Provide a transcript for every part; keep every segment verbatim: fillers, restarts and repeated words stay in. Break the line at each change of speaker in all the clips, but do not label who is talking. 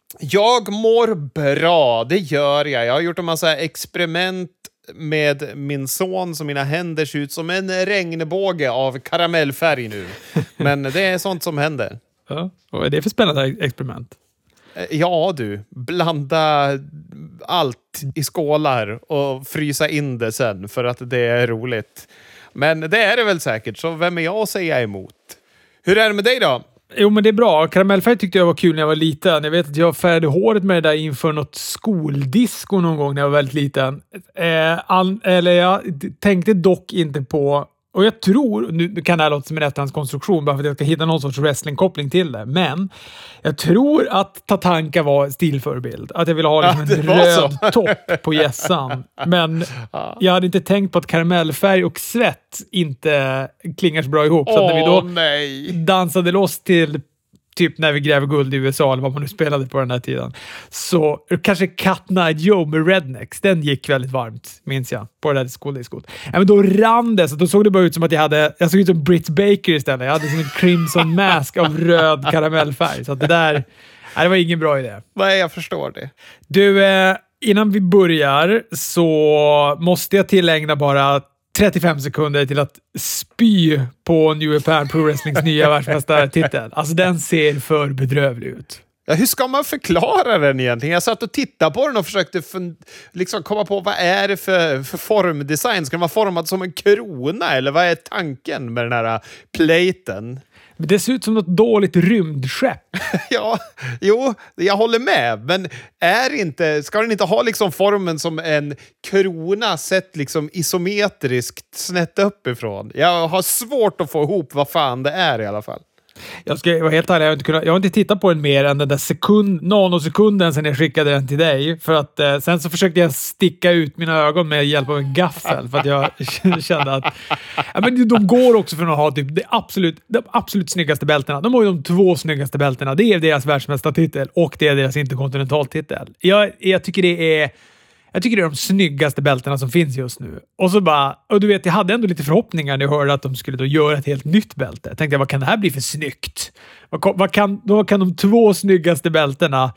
Jag mår bra, det gör jag. Jag har gjort en massa experiment med min son så mina händer ser ut som en regnbåge av karamellfärg nu. Men det är sånt som händer.
Ja, vad är det för spännande experiment?
Ja du, blanda allt i skålar och frysa in det sen för att det är roligt. Men det är det väl säkert, så vem är jag att säga emot? Hur är det med dig då?
Jo, men det är bra. Karamellfärg tyckte jag var kul när jag var liten. Jag vet att jag färgade håret med det där inför något skoldisco någon gång när jag var väldigt liten. Eh, all, eller jag tänkte dock inte på... Och jag tror, nu kan det här låta som en efterhandskonstruktion bara för att jag ska hitta någon sorts wrestlingkoppling till det. Men jag tror att Tatanka var stilförebild. Att jag ville ha liksom
ja,
en röd topp på gässan. Men jag hade inte tänkt på att karamellfärg och svett inte klingar så bra ihop. Så
Åh,
att när vi då
nej.
dansade loss till typ när vi gräver guld i U S A eller vad man nu spelade på den här tiden. Så kanske Cut Night Joe med Rednecks, den gick väldigt varmt, minns jag, på det där skoldiscot. Ja, men då rann det, så då såg det bara ut som att jag hade, jag såg ut som Britt Baker istället. Jag hade som en crimson mask av röd karamellfärg. Så att det där, nej, det var ingen bra idé.
Nej, jag förstår det.
Du, eh, innan vi börjar så måste jag tillägna bara trettiofem sekunder till att spy på New Japan Pro Wrestlings nya världsmästartitel. Alltså den ser för bedrövlig ut.
Ja, hur ska man förklara den egentligen? Jag satt och tittade på den och försökte fun- liksom komma på vad är det för, för formdesign. Ska den vara formad som en krona eller vad är tanken med den här platen?
Men det ser ut som något dåligt rymdskepp.
Ja, jo, jag håller med. Men är inte, ska den inte ha liksom formen som en krona sett liksom isometriskt snett uppifrån? Jag har svårt att få ihop vad fan det är i alla fall.
Jag ska vara helt ärlig, jag har inte, kunnat, jag har inte tittat på den mer än den där sekund, nanosekunden sen jag skickade den till dig. För att eh, sen så försökte jag sticka ut mina ögon med hjälp av en gaffel. För att jag kände att ja, men de går också för att ha typ det absolut, de absolut snyggaste bältena. De har ju de två snyggaste bältena. Det är deras världsmästartitel och det är deras interkontinentaltitel. Jag, jag tycker det är Jag tycker det är de snyggaste bältena som finns just nu. Och så bara, och du vet, jag hade ändå lite förhoppningar när jag hörde att de skulle då göra ett helt nytt bälte. Jag tänkte, vad kan det här bli för snyggt? Vad, vad kan, vad kan de två snyggaste bältena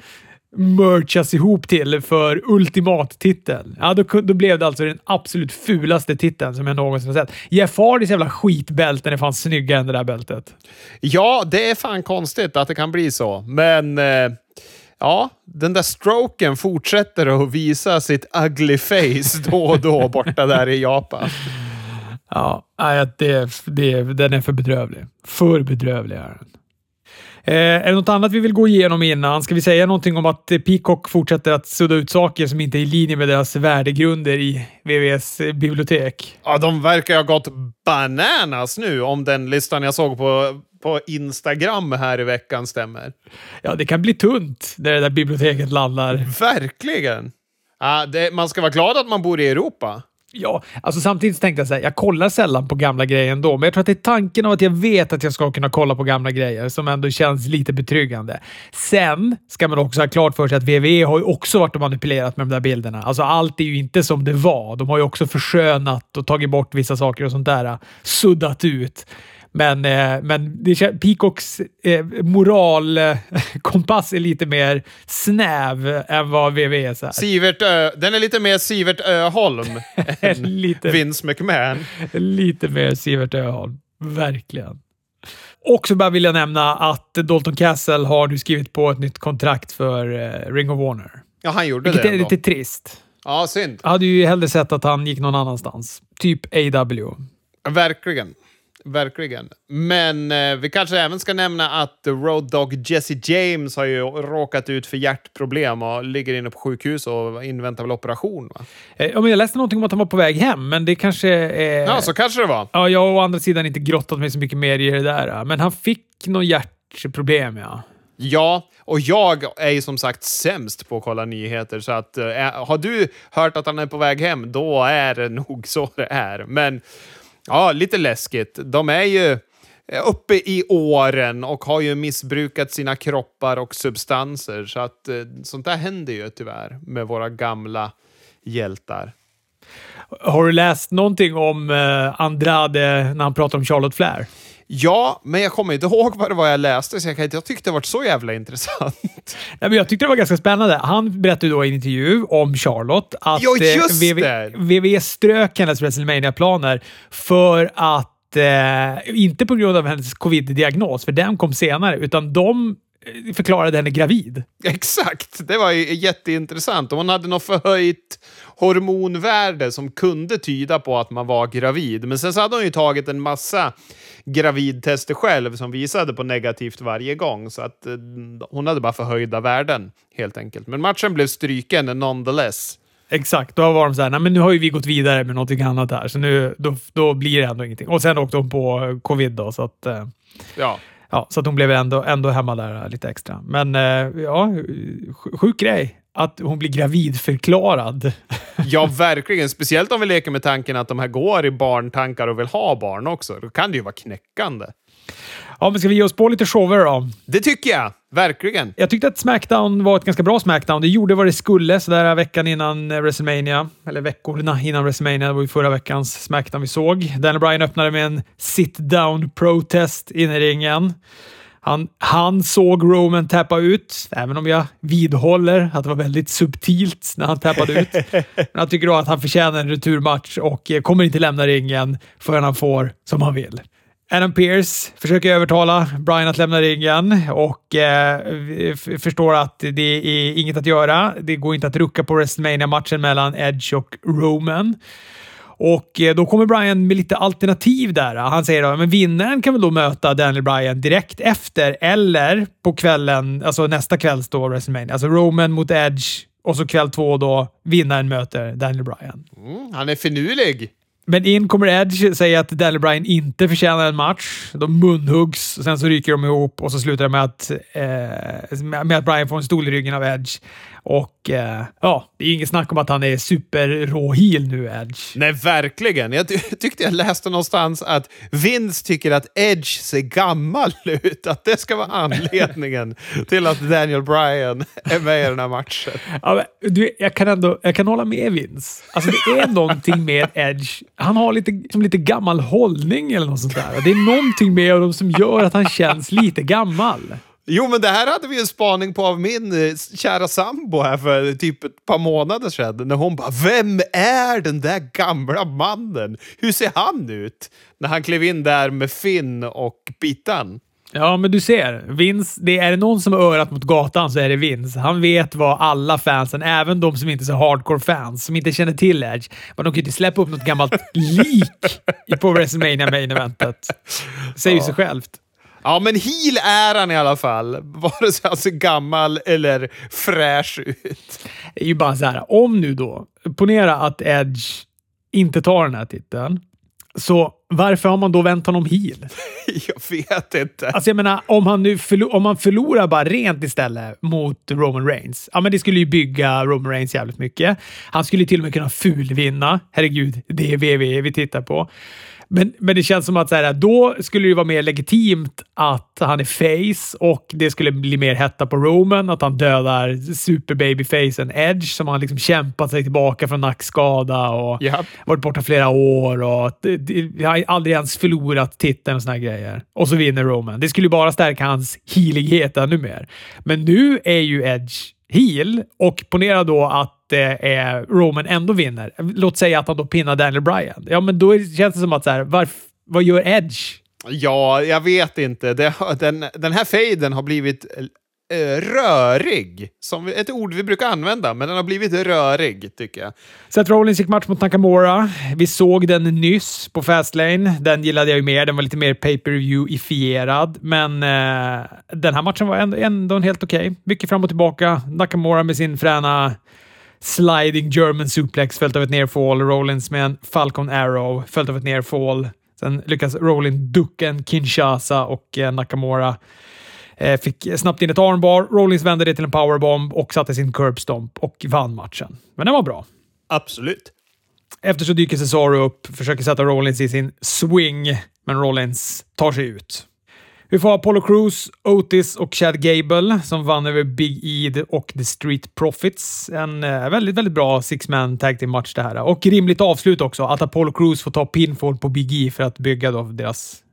merchas ihop till för ultimat-titel? Ja, då, då blev det alltså den absolut fulaste titeln som jag någonsin har sett. Jeff Hardys jävla skitbälten är fan snyggare än det där bältet.
Ja, det är fan konstigt att det kan bli så. Men... Eh... Ja, den där stroken fortsätter att visa sitt ugly face då och då borta där i Japan.
Ja, det, det, den är för bedrövlig. För bedrövlig är den. Eh, är det något annat vi vill gå igenom innan? Ska vi säga någonting om att Peacock fortsätter att sudda ut saker som inte är i linje med deras värdegrunder i W W E:s bibliotek?
Ja, de verkar ha gått bananas nu om den listan jag såg på... på Instagram här i veckan stämmer.
Ja, det kan bli tunt där det där biblioteket landar.
Verkligen. Ja, det, man ska vara glad att man bor i Europa.
Ja, alltså samtidigt tänkte jag så här, jag kollar sällan på gamla grejer ändå, men jag tror att det är tanken av att jag vet att jag ska kunna kolla på gamla grejer som ändå känns lite betryggande. Sen ska man också ha klart för sig att W W E har ju också varit och manipulerat med de där bilderna. Alltså allt är ju inte som det var. De har ju också förskönat och tagit bort vissa saker och sånt där, suddat ut. Men, eh, men det, Peacocks eh, moralkompass är lite mer snäv än vad W W E är.
Sivert Ö, den är lite mer Sivert Öholm än
lite,
Vince McMahon.
Lite mer Sivert Öholm. Verkligen. Och så bara vill jag nämna att Dalton Castle har nu skrivit på ett nytt kontrakt för eh, Ring of Honor.
Ja, han gjorde
Vilket
det.
Vilket är lite trist.
Ja, synd.
Jag hade ju hellre sett att han gick någon annanstans. Typ A W.
Verkligen. Verkligen. Men eh, vi kanske även ska nämna att Road Dogg Jesse James har ju råkat ut för hjärtproblem och ligger inne på sjukhus och inväntar väl operation, va?
Eh, ja, men jag läste någonting om att han var på väg hem, men det kanske... Eh...
Ja, så kanske det var.
Ja, jag har å andra sidan inte grottat mig så mycket mer i det där. Men han fick något hjärtproblem, ja.
Ja, och jag är ju som sagt sämst på att kolla nyheter, så att eh, har du hört att han är på väg hem, då är det nog så det är. Men ja, lite läskigt. De är ju uppe i åren och har ju missbrukat sina kroppar och substanser. Så att eh, sånt där händer ju tyvärr med våra gamla hjältar.
Har du läst någonting om eh, Andrade när han pratar om Charlotte Flair?
Ja, men jag kommer inte ihåg vad det var jag läste, så jag, kan inte, jag tyckte det var så jävla intressant.
Nej, men jag tyckte det var ganska spännande. Han berättade då i en intervju om Charlotte att
ja, just
eh,
det.
W W E strök hennes WrestleMania-planer för att, eh, inte på grund av hennes covid-diagnos, för den kom senare, utan de förklarade henne gravid.
Exakt, det var ju jätteintressant. Hon hade något förhöjt hormonvärde som kunde tyda på att man var gravid. Men sen så hade hon ju tagit en massa gravidtester själv som visade på negativt varje gång. Så att eh, hon hade bara förhöjda värden helt enkelt. Men matchen blev stryken nonetheless.
Exakt, då var de så här, nej men nu har ju vi gått vidare med någonting annat här, så nu, då, då blir det ändå ingenting. Och sen åkte hon på covid då, så att... Eh,
ja.
Ja, så att hon blev ändå, ändå hemma där lite extra. Men eh, ja, sjuk grej att hon blir gravidförklarad.
Ja, verkligen. Speciellt om vi leker med tanken att de här går i barntankar och vill ha barn också. Då kan det ju vara knäckande.
Ja, men ska vi ge oss på lite shower då?
Det tycker jag. Verkligen.
Jag tyckte att SmackDown var ett ganska bra SmackDown. Det gjorde vad det skulle sådär veckan innan WrestleMania. Eller veckorna innan WrestleMania. Det var ju förra veckans SmackDown vi såg. Daniel Bryan öppnade med en sit-down protest in i ringen. Han, han såg Roman tappa ut, även om jag vidhåller att det var väldigt subtilt när han tappade ut. Men jag tycker då att han förtjänar en returmatch och kommer inte lämna ringen förrän han får som han vill. Adam Pearce försöker övertala Bryan att lämna ringen och eh, f- förstår att det är inget att göra. Det går inte att rucka på WrestleMania-matchen mellan Edge och Roman. Och eh, då kommer Bryan med lite alternativ där. Han säger då, men vinnaren kan väl då möta Daniel Bryan direkt efter eller på kvällen, alltså nästa kvälls då WrestleMania. Alltså Roman mot Edge och så kväll två då vinnaren möter Daniel Bryan.
Mm, han är finurlig.
Men in kommer Edge, säger att Daniel Bryan inte förtjänar en match. De munhuggs, sen så ryker de ihop och så slutar det med att, eh, med att Bryan får en stol i ryggen av Edge. Och eh, ja, det är inget snack om att han är super-rå heel nu, Edge.
Nej, verkligen. Jag ty- tyckte jag läste någonstans att Vince tycker att Edge ser gammal ut. Att det ska vara anledningen till att Daniel Bryan är med i den här matchen.
Ja, men, du, jag kan ändå jag kan hålla med Vince. Alltså det är någonting med Edge. Han har lite, som lite gammal hållning eller något sånt där. Det är någonting med honom som gör att han känns lite gammal.
Jo, men det här hade vi en spaning på av min eh, kära sambo här för typ ett par månader sedan. När hon bara, vem är den där gamla mannen? Hur ser han ut? När han klev in där med Finn och Pittan.
Ja, men du ser. Vince, det är det någon som har örat mot gatan så är det Vince. Han vet vad alla fansen, även de som inte är så hardcore fans, som inte känner till Edge, men de kan ju inte släppa upp något gammalt lik på WrestleMania main eventet. Säger ju
ja.
sig självt.
Ja, men heel är han i alla fall. Vare sig han ser gammal eller fräsch ut.
Det är ju bara så här, om nu då, ponera att Edge inte tar den här titeln, så varför har man då vänt honom heel?
Jag vet inte.
Alltså jag menar, om han nu förlo- om man förlorar bara rent istället mot Roman Reigns, ja men det skulle ju bygga Roman Reigns jävligt mycket. Han skulle till och med kunna fulvinna. Herregud, det är W W E vi tittar på. Men, men det känns som att så här, då skulle det vara mer legitimt att han är face och det skulle bli mer hetta på Roman, att han dödar superbabyfacen Edge som har liksom kämpat sig tillbaka från nackskada och
yep.
varit borta flera år och det, det, har aldrig ens förlorat titeln och såna här grejer. Och så vinner Roman. Det skulle bara stärka hans healighet ännu mer. Men nu är ju Edge heel och ponera då att eh, Roman ändå vinner. Låt säga att han då pinnar Daniel Bryan. Ja, men då känns det som att så här, varf, vad gör Edge?
Ja, jag vet inte. Det, den, den här fejden har blivit äh, rörig. Som ett ord vi brukar använda, men den har blivit rörig, tycker jag.
Seth Rollins gick match mot Nakamura. Vi såg den nyss på Fastlane. Den gillade jag ju mer. Den var lite mer pay-per-view-ifierad. Men eh, den här matchen var ändå, ändå en helt okej. Okay. Mycket fram och tillbaka. Nakamura med sin fräna sliding German suplex följt av ett nearfall. Rollins med en Falcon Arrow följt av ett nearfall. Sen lyckas Rollins ducka en Kinshasa och eh, Nakamura eh, fick snabbt in ett armbar. Rollins vände det till en powerbomb och satte sin curbstomp och vann matchen. Men den var bra.
Absolut.
Efter så dyker Cesaro upp, försöker sätta Rollins i sin swing, men Rollins tar sig ut. Vi får Apollo Crews, Otis och Chad Gable som vann över Big E och The Street Profits. En eh, väldigt, väldigt bra six-man tag team match det här. Och rimligt avslut också, att Apollo Crews får ta pinfall på Big E för att bygga då deras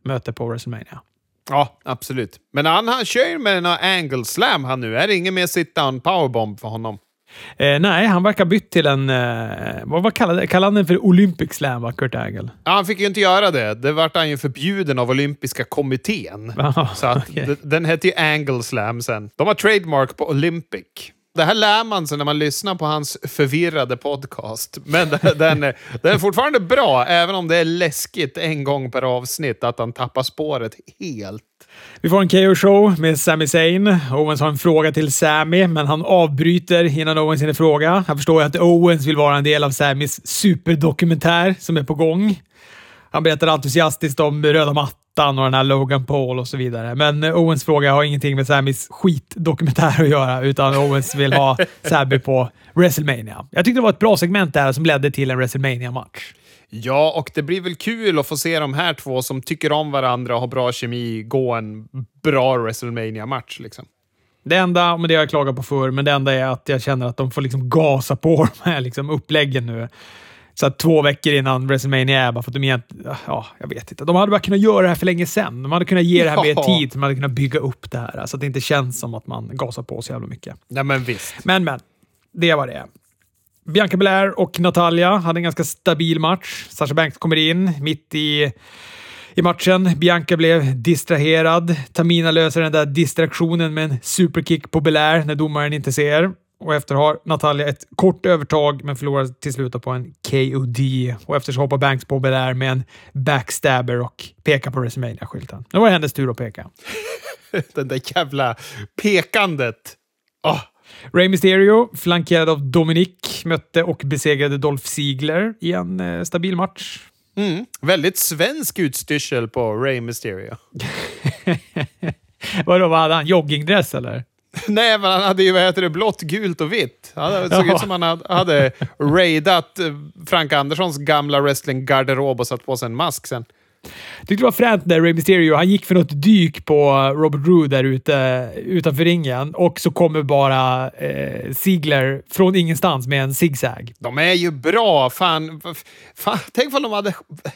möte på WrestleMania.
Ja, absolut. Men han, han kör ju med den här angle slam han nu. Är det ingen mer sit-down powerbomb för honom?
Eh, nej, han verkar bytt till en... Eh, vad vad kallade, kallade han den för Olympic slam, va, Kurt Angle?
Ja, han fick ju inte göra det. Det vart han ju förbjuden av olympiska kommittén.
Aha,
så att
okay.
d- den heter ju angle slam sen. De har trademark på Olympic. Det här lär man sig när man lyssnar på hans förvirrade podcast. Men den, den, är, den är fortfarande bra, även om det är läskigt en gång per avsnitt att han tappar spåret helt.
Vi får en K O-show med Sami Zayn. Owens har en fråga till Sami, men han avbryter innan Owens hinner fråga. Han förstår att Owens vill vara en del av Samis superdokumentär som är på gång. Han berättar entusiastiskt om röda mattan och den här Logan Paul och så vidare. Men Owens fråga har ingenting med Samis skitdokumentär att göra, utan Owens vill ha Sami på WrestleMania. Jag tyckte det var ett bra segment där som ledde till en WrestleMania-match.
Ja, och det blir väl kul att få se de här två som tycker om varandra och har bra kemi gå en bra WrestleMania-match. Liksom.
Det enda, men det har jag klagat på förr, men det enda är att jag känner att de får liksom gasa på de här liksom uppläggen nu. Så att två veckor innan WrestleMania är bara för att de egentligen, ja, jag vet inte. De hade bara kunnat göra det här för länge sedan. De hade kunnat ge det här mer tid. De hade kunnat bygga upp det här. Så att det inte känns som att man gasar på så jävla mycket.
Nej, men visst.
Men, men. Det var det. Bianca Belair och Natalja hade en ganska stabil match. Sasha Banks kommer in mitt i, i matchen. Bianca blev distraherad. Tamina löser den där distraktionen med en superkick på Belair när domaren inte ser. Och efter har Natalja ett kort övertag men förlorar till slut på en K O D. Och efter så hoppar Banks på Belair med en backstabber och pekar på WrestleMania-skylten. Nu var det hennes tur att peka.
Den där jävla pekandet. Oh.
Rey Mysterio, flankerad av Dominic, mötte och besegrade Dolph Ziggler i en eh, stabil match.
Mm. Väldigt svensk utstyrsel på Rey Mysterio.
Vadå, vad hade han? Joggingdress eller?
Nej, men han hade ju vad heter det, blått, gult och vitt. Det såg ut som han hade, hade raidat Frank Anderssons gamla wrestling-garderob och satt på sig en mask sen.
Jag tyckte det var fränt där Rey Mysterio, han gick för något dyk på Robert Roode där ute utanför ringen och så kommer bara eh, Ziggler från ingenstans med en zigzag.
De är ju bra, fan, fan. Tänk om de hade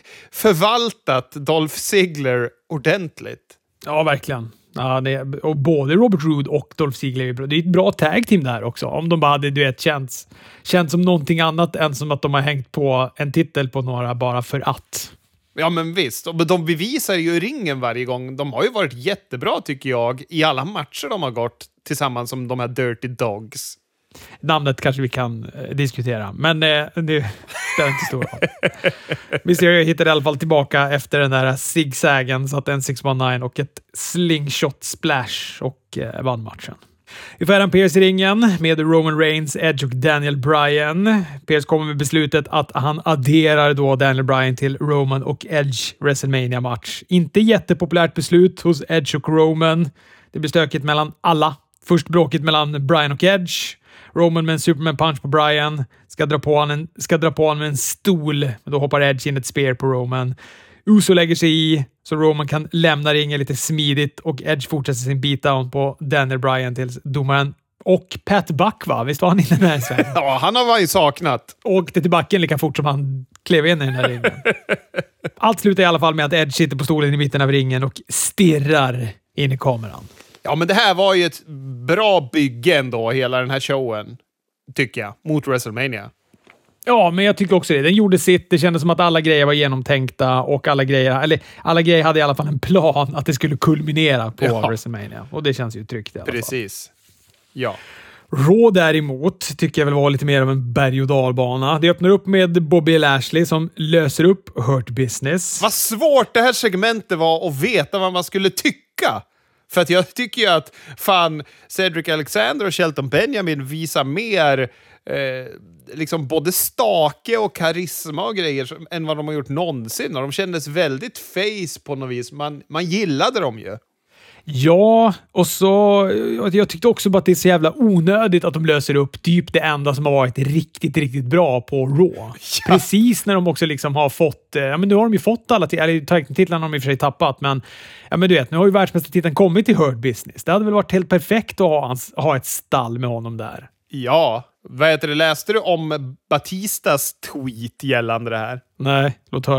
förvaltat Dolph Ziggler ordentligt.
Ja, verkligen. Ja, det, och både Robert Roode och Dolph Ziggler är bra. Det är ett bra tag team där också. Om de bara hade, du vet, känts, känts som någonting annat än som att de har hängt på en titel på några bara för att.
Ja, men visst. Och de bevisar ju i ringen varje gång. De har ju varit jättebra, tycker jag, i alla matcher de har gått tillsammans som de här Dirty Dogs.
Namnet kanske vi kan eh, diskutera, men eh, det spelar inte stor roll. Mysterio hittade i alla fall tillbaka efter den där zigzagen, så att en sex one nine och ett slingshot splash och eh, vann matchen. Vi får Adam Pearce i ringen med Roman Reigns, Edge och Daniel Bryan. Pearce kommer med beslutet att han adderar då Daniel Bryan till Roman och Edge WrestleMania-match. Inte jättepopulärt beslut hos Edge och Roman. Det blir stökigt mellan alla. Först bråkigt mellan Bryan och Edge. Roman med en Superman-punch på Bryan. Ska dra på honom ska dra på honom med en stol. Men då hoppar Edge in ett spear på Roman. Uso lägger sig i så Roman kan lämna ringen lite smidigt och Edge fortsätter sin beatdown på Daniel Bryan tills domaren och Pat Buck, va? Visst var han inne där i Sverige?
Ja, han har varit saknat.
Åkte till backen lika fort som han klev in i den här ringen. Allt slutar i alla fall med att Edge sitter på stolen i mitten av ringen och stirrar in i kameran.
Ja, men det här var ju ett bra bygge ändå, hela den här showen, tycker jag, mot WrestleMania.
Ja, men jag tycker också det. Den gjorde sitt. Det kändes som att alla grejer var genomtänkta och alla grejer, eller alla grejer hade i alla fall en plan att det skulle kulminera på ja. WrestleMania. Och det känns ju tryggt i alla fall.
Precis. Ja.
Raw däremot tycker jag väl var lite mer av en berg- och dalbana. Det öppnar upp med Bobby Lashley som löser upp Hurt Business.
Vad svårt det här segmentet var att veta vad man skulle tycka. För att jag tycker ju att fan Cedric Alexander och Shelton Benjamin visar mer eh, liksom både stake och karisma och grejer som, än vad de har gjort någonsin. Och de kändes väldigt face på något vis. Man, man gillade dem ju.
Ja, och så jag tyckte också bara att det är så jävla onödigt att de löser upp typ det enda som har varit riktigt, riktigt bra på Raw. Ja. Precis när de också liksom har fått, ja men nu har de ju fått alla eller titlarna har de i och för sig tappat, men ja men du vet, nu har ju världsmästartiteln kommit till Hurt Business. Det hade väl varit helt perfekt att ha, hans, ha ett stall med honom där.
Ja, vad heter det? Läste du om Batistas tweet gällande det här?
Nej, låt höra.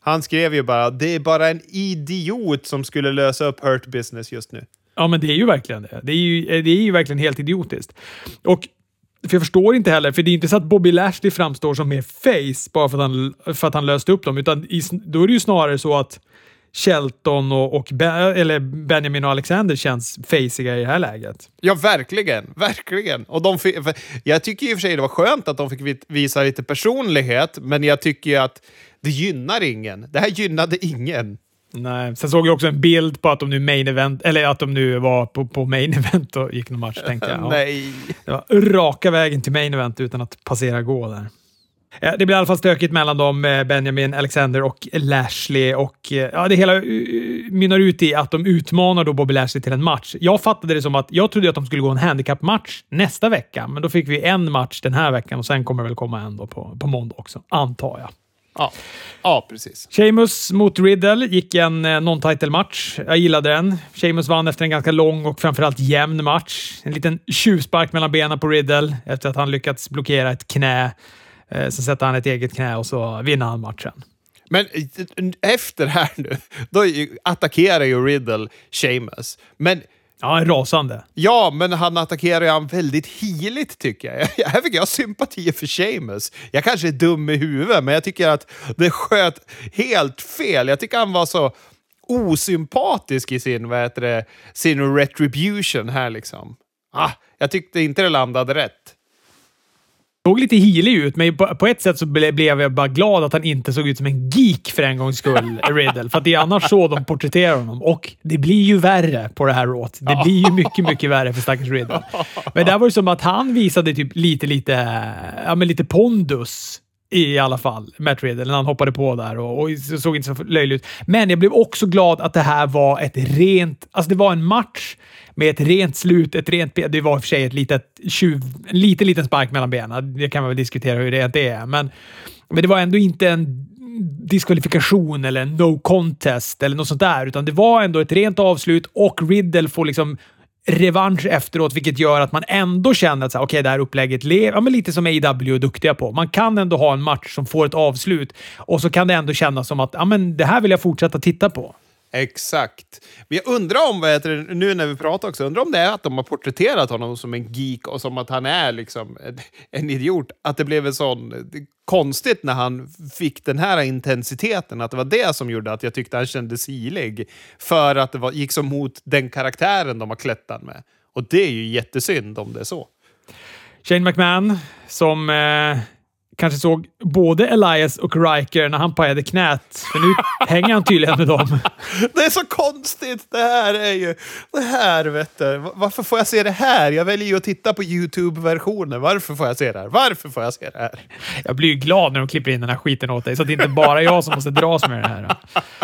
Han skrev ju bara, det är bara en idiot som skulle lösa upp Hurt Business just nu.
Ja, men det är ju verkligen det. Det är ju, det är ju verkligen helt idiotiskt. Och för jag förstår inte heller, för det är inte så att Bobby Lashley framstår som mer face bara för att han, för att han löste upp dem, utan i, då är det ju snarare så att Shelton och, och Be, eller Benjamin och Alexander känns faciga i det här läget.
Ja, verkligen. Verkligen. Och de, jag tycker i och för sig det var skönt att de fick visa lite personlighet, men jag tycker att det gynnar ingen. Det här gynnade ingen.
Nej, sen såg jag också en bild på att de nu main event, eller att de nu var på, på main event och gick någon match, tänkte jag. Ja.
Nej.
Det var raka vägen till main event utan att passera gå där. Ja, det blir i alla fall stökigt mellan dem, Benjamin, Alexander och Lashley, och ja, det hela mynnar ut i att de utmanar då Bobby Lashley till en match. Jag fattade det som att jag trodde att de skulle gå en handicap-match nästa vecka, men då fick vi en match den här veckan och sen kommer det väl komma en då på, på måndag också, antar jag.
Ja, ja, precis.
Sheamus mot Riddle gick en non-title-match. Jag gillade den. Sheamus vann efter en ganska lång och framförallt jämn match. En liten tjuvspark mellan benen på Riddle efter att han lyckats blockera ett knä. Sen sätter han ett eget knä och så vinner han matchen.
Men efter här nu, då attackerar ju Riddle Sheamus. Men
ja, rasande.
Ja, men han attackerar ju han väldigt heligt, tycker jag. Här fick jag sympati för Sheamus. Jag kanske är dum i huvudet, men jag tycker att det sköt helt fel. Jag tycker han var så osympatisk i sin, vad heter det, sin retribution här liksom. Ah, jag tyckte inte det landade rätt.
Såg lite healig ut, men på, på ett sätt så ble, blev jag bara glad att han inte såg ut som en geek för en gångs skull, Riddle. För att det är annars så de porträtterar honom. Och det blir ju värre på det här råt. Det blir ju mycket, mycket värre för stackars Riddle. Men där var det som att han visade typ lite, lite, ja, men lite pondus i alla fall, Matt Riddle, när han hoppade på där och, och såg inte så löjligt ut. Men jag blev också glad att det här var ett rent, alltså det var en match med ett rent slut, ett rent, det var i och för sig ett litet tjuv, en liten, liten spark mellan benen. Det kan man väl diskutera hur det är, men, men det var ändå inte en diskvalifikation eller en no contest eller något sånt där, utan det var ändå ett rent avslut och Riddle får liksom revansch efteråt, vilket gör att man ändå känner att okej, okay, det här upplägget lever, ja, men lite som A E W är duktiga på. Man kan ändå ha en match som får ett avslut och så kan det ändå kännas som att ja, men det här vill jag fortsätta titta på.
Exakt. Men jag undrar om, vad heter det, nu när vi pratar också, undrar om det är att de har porträtterat honom som en geek och som att han är liksom en, en idiot. Att det blev en sån konstigt när han fick den här intensiteten, att det var det som gjorde att jag tyckte han kändes silig. För att det var, gick som mot den karaktären de har klättat med. Och det är ju jättesynd om det är så.
Shane McMahon som eh, kanske såg både Elias och Riker när han pajade knät. För nu hänger han tydligen med dem.
Det är så konstigt. Det här är ju... Det här, vet du. Varför får jag se det här? Jag väljer ju att titta på YouTube-versionen. Varför får jag se det här? Varför får jag se det här?
Jag blir ju glad när de klipper in den här skiten åt dig. Så att det inte bara jag som måste dras med det här.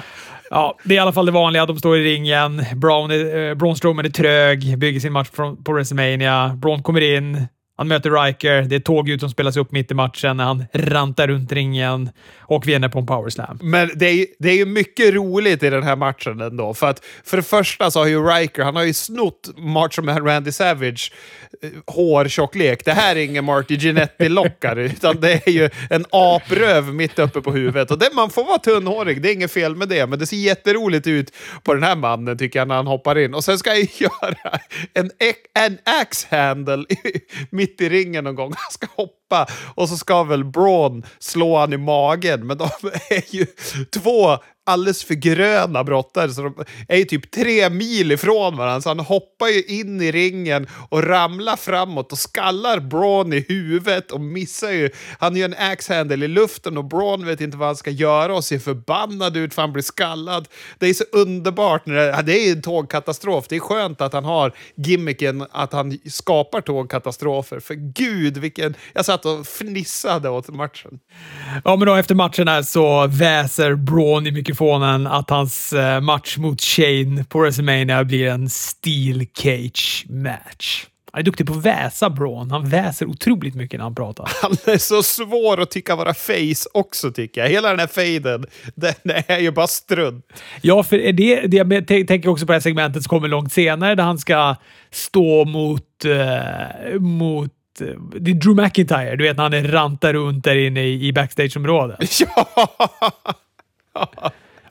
Ja, det är i alla fall det vanliga. De står i ringen. Braun, är, Braun Strowman är trög. Bygger sin match på, på WrestleMania. Braun kommer in. Han möter Riker. Det är tågljud som spelas upp mitt i matchen när han rantar runt ringen och vinner på en powerslam.
Men det är, det är ju mycket roligt i den här matchen ändå. För att för det första så har ju Riker, han har ju snott Macho Man Randy Savage eh, hårtjocklek. Det här är ingen Marty Jannetty-lockare utan det är ju en apröv mitt uppe på huvudet. Och det, man får vara tunnhårig, det är inget fel med det. Men det ser jätteroligt ut på den här mannen tycker jag när han hoppar in. Och sen ska jag göra en, en axe-handle mitt i ringen någon gång. Han ska hoppa och så ska väl Braun slå han i magen. Men de är ju två alldeles för gröna brottare så de är ju typ tre mil ifrån varandra. Så han hoppar ju in i ringen och ramlar framåt och skallar Braun i huvudet och missar ju. Han gör en axe-handle i luften och Braun vet inte vad han ska göra och ser förbannad ut för han blir skallad. Det är så underbart. När det, det är en tågkatastrof. Det är skönt att han har gimmicken att han skapar tågkatastrofer. För gud, vilken... Jag satt och fnissade åt matchen.
Ja, men då efter matchen här så väser Braun i mikrofonen att hans match mot Shane på WrestleMania blir en Steel Cage match. Han är duktig på att väsa Braun. Han väser otroligt mycket när han pratar.
Han är så svår att tycka vara face också, tycker jag. Hela den här faden, den är ju bara strunt.
Ja, för det, det jag tänker också på det här segmentet som kommer långt senare där han ska stå mot uh, mot det är Drew McIntyre, du vet när han rantar runt där inne i, i backstage-området.
Ja!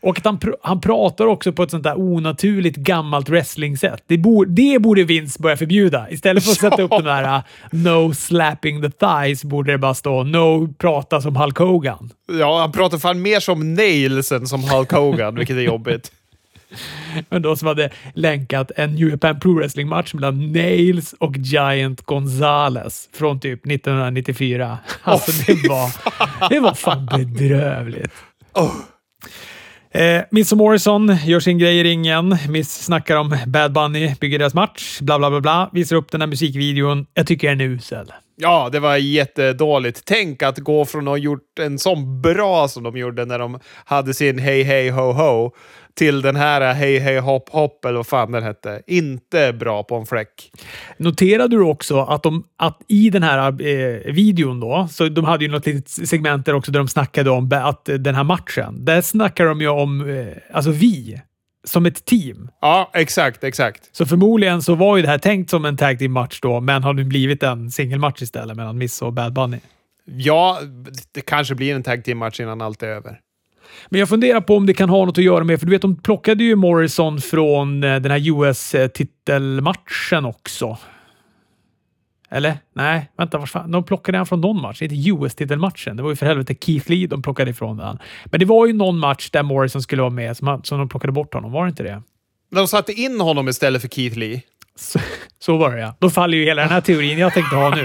Och att han, pr- han pratar också på ett sånt där onaturligt gammalt wrestling-sätt. Det, bo- det borde Vince börja förbjuda. Istället för att sätta upp den där uh, no slapping the thighs borde det bara stå no prata som Hulk Hogan.
Ja, han pratar fan mer som Nails än som Hulk Hogan, vilket är jobbigt.
Men då som hade länkat en New Japan Pro Wrestling-match mellan Nails och Giant Gonzalez från typ nittonhundranittiofyra. Alltså oh, det var det var fan bedrövligt.
Oh.
Eh, Miss och Morrison gör sin grej i ringen. Miss snackar om Bad Bunny, bygger deras match, bla bla bla bla. Visar upp den här musikvideon. Jag tycker den är usel.
Ja, det var jättedåligt. Tänk att gå från att ha gjort en sån bra som de gjorde när de hade sin Hey Hey Ho Ho till den här Hey Hey Hop Hop eller vad fan den hette. Inte bra på en fläck.
Noterade du också att, de, att i den här eh, videon då, så de hade ju något litet segment där också där de snackade om att den här matchen, där snackar de ju om eh, alltså vi som ett team.
Ja, exakt, exakt.
Så förmodligen så var ju det här tänkt som en tag team match då, men har nu blivit en singelmatch istället mellan Miss och Bad Bunny.
Ja, det kanske blir en tag team match innan allt är över.
Men jag funderar på om det kan ha något att göra med, för du vet, de plockade ju Morrison från den här U S-titelmatchen också. Eller? Nej, vänta, vad fan? De plockade han från någon match, inte U S-titelmatchen. Det var ju för helvete Keith Lee de plockade ifrån den. Men det var ju någon match där Morrison skulle vara med som, som de plockade bort honom, var det inte det?
De satte in honom istället för Keith Lee.
Så, så var det, ja. Då faller ju hela den här teorin jag tänkte ha nu.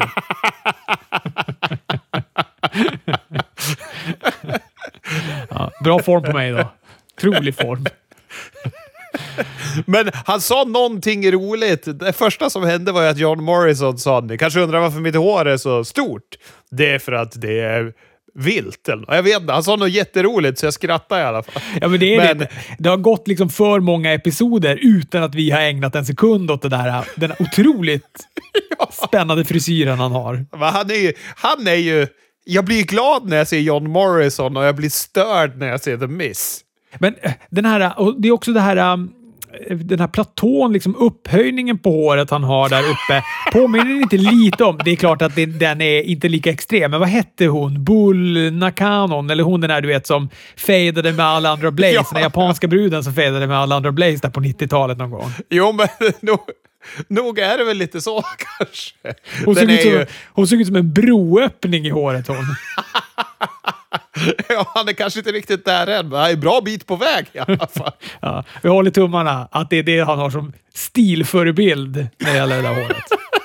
Ja, bra form på mig då. Trolig form.
Men han sa någonting roligt. Det första som hände var ju att John Morrison sa, ni kanske undrar varför mitt hår är så stort. Det är för att det är vilt. Eller? Jag vet inte, han sa något jätteroligt så jag skrattar i alla fall.
Ja, men det, är
men...
det. det har gått liksom för många episoder utan att vi har ägnat en sekund åt det där. Den otroligt ja. spännande frisyren han har.
Men han är ju... Han är ju jag blir glad när jag ser John Morrison och jag blir störd när jag ser The Miz.
Men den här, och det är också det här, den här platån, liksom upphöjningen på håret han har där uppe, påminner inte lite om, det är klart att det, den är inte lika extrem, men vad hette hon? Bull Nakanon, eller hon den här du vet som fejdade med alla andra Blaze, ja. Den japanska bruden som fejdade med alla andra Blaze där på nittiotalet någon gång.
Jo, men nog, nog är det väl lite så kanske.
Hon såg, ut som,
ju...
hon såg ut som en broöppning i håret hon.
Ja, han är kanske inte riktigt där än, men han är en bra bit på väg i alla fall.
Ja, vi håller tummarna att det är det han har som stilförebild när det gäller det där håret.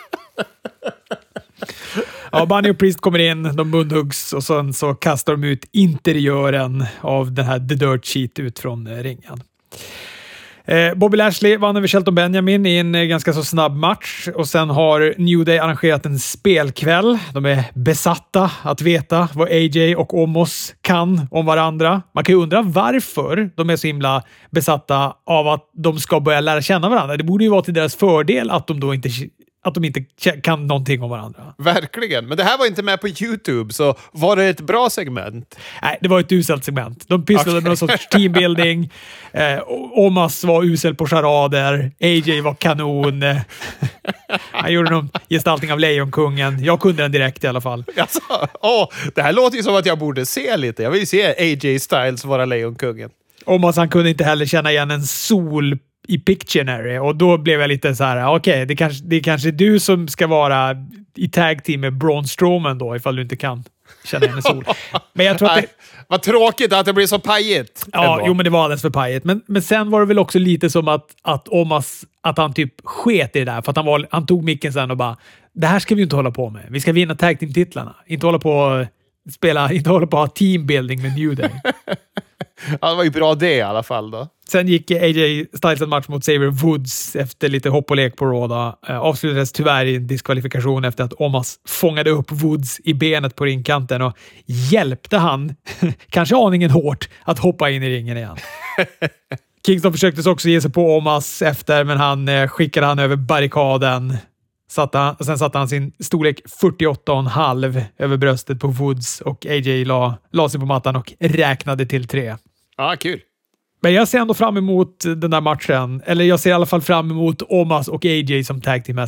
Ja, Bunny och Priest kommer in, de munhuggs och sen så kastar de ut interiören av den här The Dirt Sheet ut från ringen. Eh, Bobby Lashley vann över Shelton Benjamin i en eh, ganska så snabb match och sen har New Day arrangerat en spelkväll. De är besatta att veta vad A J och Omos kan om varandra. Man kan ju undra varför de är så himla besatta av att de ska börja lära känna varandra. Det borde ju vara till deras fördel att de då inte att de inte kan någonting om varandra. Verkligen.
Men det här var inte med på YouTube, så var det ett bra segment?
Nej, det var ett uselt segment. De pysslade okay. med någon sorts teambuilding. Eh, Omas var usel på charader. A J var kanon. Han gjorde någon gestaltning av Lejonkungen. Jag kunde den direkt i alla fall.
Alltså, åh, det här låter ju som att jag borde se lite. Jag vill se A J Styles vara Lejonkungen.
Omas, han kunde inte heller känna igen en sol i Pictionary, och då blev jag lite så här: okej, okay, det, kanske, det är kanske du som ska vara i tag team med Braun Strowman då, ifall du inte kan känna igen en sol. Men jag tror att det...
Vad tråkigt att det blir så pajigt.
Ja,
ändå.
Jo, men det var alldeles för pajigt. Men, men sen var det väl också lite som att, att Omas, att han typ sket i det där, för att han, var, han tog micken sen och bara, det här ska vi inte hålla på med. Vi ska vinna tag team-titlarna. Inte hålla på spela, inte hålla på att ha teambuilding med New Day.
Ja, det var ju bra det i alla fall då.
Sen gick A J Styles en match mot Xavier Woods efter lite hopp och lek på Raw då. Eh, avslutades tyvärr i en diskvalifikation efter att Omas fångade upp Woods i benet på ringkanten och hjälpte han, kanske aningen hårt, att hoppa in i ringen igen. Kingston försökte också ge sig på Omas efter, men han eh, skickade han över barrikaden. Satte han, sen satte han sin storlek fyrtioåtta komma fem över bröstet på Woods och A J la, la sig på mattan och räknade till tre.
Ja, kul.
Men jag ser ändå fram emot den där matchen. Eller jag ser i alla fall fram emot Omas och A J som tag team-mästare.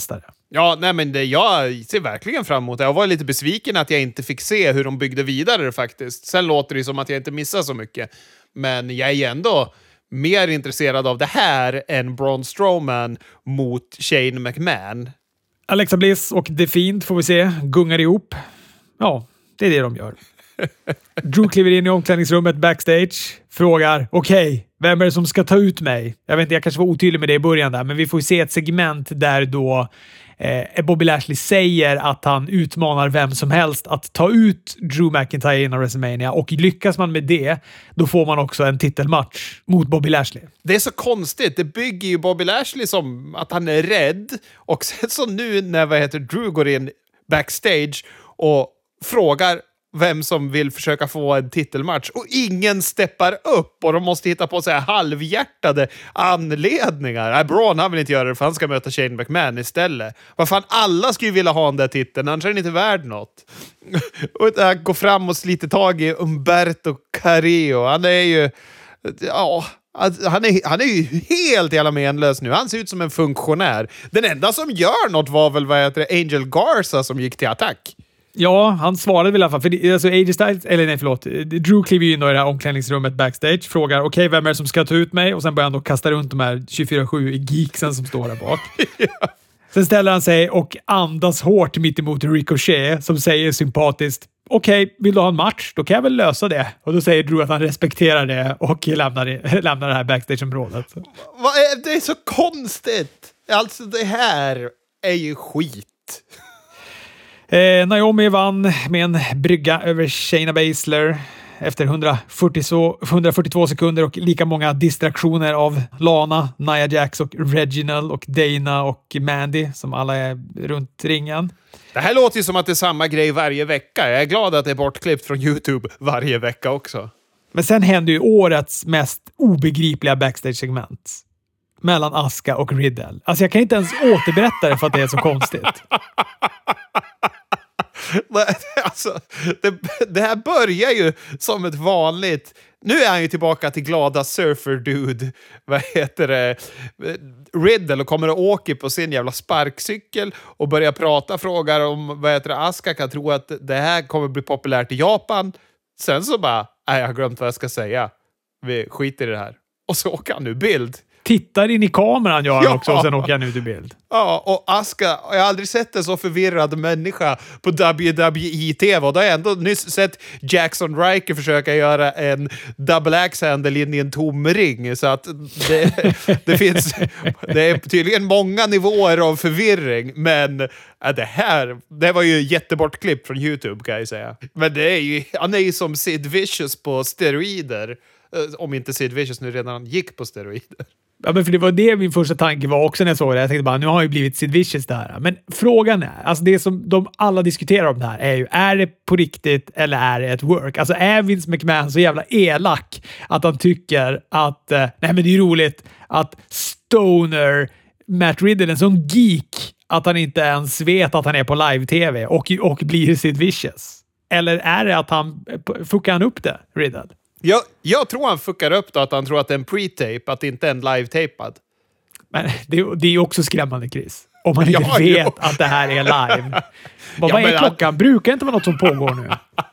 Ja, nej men det, jag ser verkligen fram emot det. Jag var lite besviken att jag inte fick se hur de byggde vidare faktiskt. Sen låter det som att jag inte missar så mycket. Men jag är ändå mer intresserad av det här än Braun Strowman mot Shane McMahon.
Alexa Bliss och The Fiend får vi se. Gungar ihop. Ja, det är det de gör. Drew kliver in i omklädningsrummet backstage. Frågar, okej, okay, vem är det som ska ta ut mig? Jag vet inte, jag kanske var otydlig med det i början där, men vi får se ett segment där då eh, Bobby Lashley säger att han utmanar vem som helst att ta ut Drew McIntyre innan WrestleMania, och lyckas man med det, då får man också en titelmatch mot Bobby Lashley.
Det är så konstigt. Det bygger ju Bobby Lashley som att han är rädd, och sen så nu när vad heter Drew går in backstage och frågar vem som vill försöka få en titelmatch, och ingen steppar upp, och de måste hitta på så här halvhjärtade anledningar. Nej, Braun han vill inte göra det för han ska möta Shane McMahon istället. Vad fan, alla skulle ju vilja ha den där titeln, annars är den inte värd något. Och jag går fram och sliter tag i Umberto Carrillo. Han är ju ja, han är, han är ju helt jävla menlös nu. Han ser ut som en funktionär. Den enda som gör något var väl vad heter det, Angel Garza som gick till attack.
Ja, han svarade väl i alla fall. För det, alltså A J Styles, eller nej förlåt, Drew kliver in i det här omklädningsrummet backstage, frågar okej, okay, vem är det som ska ta ut mig? Och sen börjar han då kasta runt de här tjugofyra sju geeksen som står där bak. Ja. Sen ställer han sig och andas hårt mitt emot Ricochet som säger sympatiskt, okej, okay, vill du ha en match? Då kan jag väl lösa det. Och då säger Drew att han respekterar det och lämnar det, lämnar det här backstageområdet.
Vad är, det är så konstigt. Alltså det här är ju skit.
Eh, Naomi vann med en brygga över Shayna Baszler efter hundrafyrtiotvå sekunder och lika många distraktioner av Lana, Nia Jax och Reginald och Dana och Mandy som alla är runt ringen.
Det här låter ju som att det är samma grej varje vecka. Jag är glad att det är bortklippt från YouTube varje vecka också.
Men sen händer ju årets mest obegripliga backstage-segment mellan Asuka och Riddle. Alltså jag kan inte ens återberätta det för att det är så konstigt.
Alltså, det, det här börjar ju som ett vanligt... Nu är han ju tillbaka till glada surfer-dude. Vad heter det? Riddle, och kommer och åker på sin jävla sparkcykel och börjar prata, frågar om vad heter det, Asuka kan tro att det här kommer bli populärt i Japan. Sen så bara, nej, jag har glömt vad jag ska säga. Vi skiter i det här. Och så åker han nu bild.
Tittar in i kameran gör han ja. också och sen åker han ut i bild.
Ja, och Asuka, jag har aldrig sett en så förvirrad människa på W W E-T V, och då har jag ändå nyss sett Jackson Riker försöka göra en double axe-handle in i en tom ring, så att det, det finns det är tydligen många nivåer av förvirring, men ja, det här, det var ju jättebortklipp från YouTube kan jag säga. Men det är ju, han är ju som Sid Vicious på steroider, om inte Sid Vicious nu redan gick på steroider.
Ja, men för det var det min första tanke var också när jag såg det. Jag tänkte bara, nu har ju blivit Sid Vicious det här. Men frågan är, alltså det som de alla diskuterar om det här är ju, är det på riktigt eller är det ett work? Alltså är Vince McMahon så jävla elak att han tycker att, eh, nej men det är ju roligt att Stoner Matt Riddle är en sån geek att han inte ens vet att han är på live-tv och, och blir Sid Vicious. Eller är det att han, fuckar han upp det, Riddle?
Jag, jag tror han fuckar upp då att han tror att det är en pre-tape, att det inte är en live-tapad.
Men det, det är också skrämmande, Chris. Om man inte ja, vet ja. att det här är live. Bara, ja, vad är klockan? Han... Brukar inte vara något som pågår nu?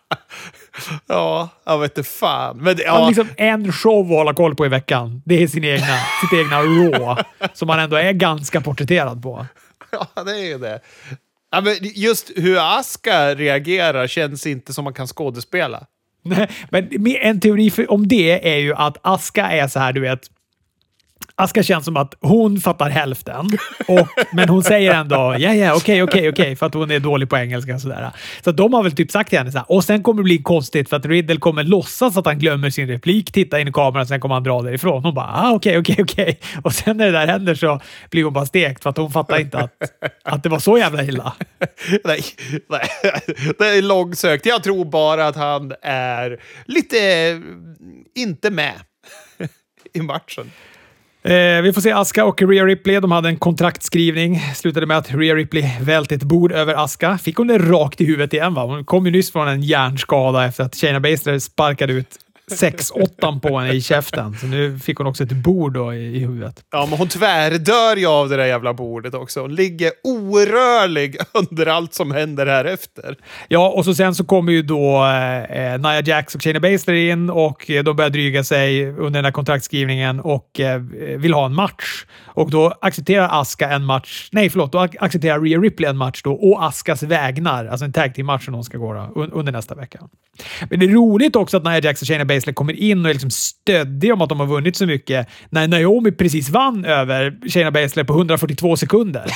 Ja, jag vet inte fan. Men, ja.
Han liksom en show att hålla koll på i veckan. Det är sin egna, sitt egna Raw. Som man ändå är ganska porträtterad på.
Ja, det är ju det. Ja, men just hur Asuka reagerar känns inte som man kan skådespela.
Nej, men en teori för, om det är ju att Asuka är så här, du vet. Asuka känns som att hon fattar hälften. Och, men hon säger ändå, ja, ja, okej, okej, okej. För att hon är dålig på engelska och sådär. Så de har väl typ sagt till henne så här. Och sen kommer det bli konstigt för att Riddle kommer låtsas att han glömmer sin replik. Titta in i kameran, sen kommer han dra därifrån. Hon bara, ah, okej, okej, okej. Och sen när det där händer så blir hon bara stekt. För att hon fattar inte att, att det var så jävla illa.
Nej, nej, det är långsökt. Jag tror bara att han är lite inte med i matchen.
Eh, vi får se Asuka och Rhea Ripley. De hade en kontraktskrivning. Slutade med att Rhea Ripley välte ett bord över Asuka. Fick hon det rakt i huvudet igen, va? Hon kom ju nyss från en hjärnskada efter att Shayna Baszler sparkade ut sex åtta på henne i käften. Så nu fick hon också ett bord då i, i huvudet.
Ja, men hon tvärdör ju av det där jävla bordet också. Hon ligger orörlig under allt som händer här efter.
Ja, och så sen så kommer ju då eh, Nia Jax och Shayna Baszler in och eh, de börjar dryga sig under den här kontraktskrivningen och eh, vill ha en match. Och då accepterar Asuka en match. Nej, förlåt. Då accepterar Rhea Ripley en match då och Askas vägnar. Alltså en tag team-match som de ska gå då, un- under nästa vecka. Men det är roligt också att Nia Jax och Shayna Baszler kommer in och är liksom stöddiga om att de har vunnit så mycket när Naomi precis vann över Shayna Baszler på hundrafyrtiotvå sekunder.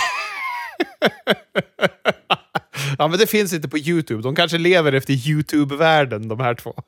Ja, men det finns inte på YouTube. De kanske lever efter YouTube-världen, de här två.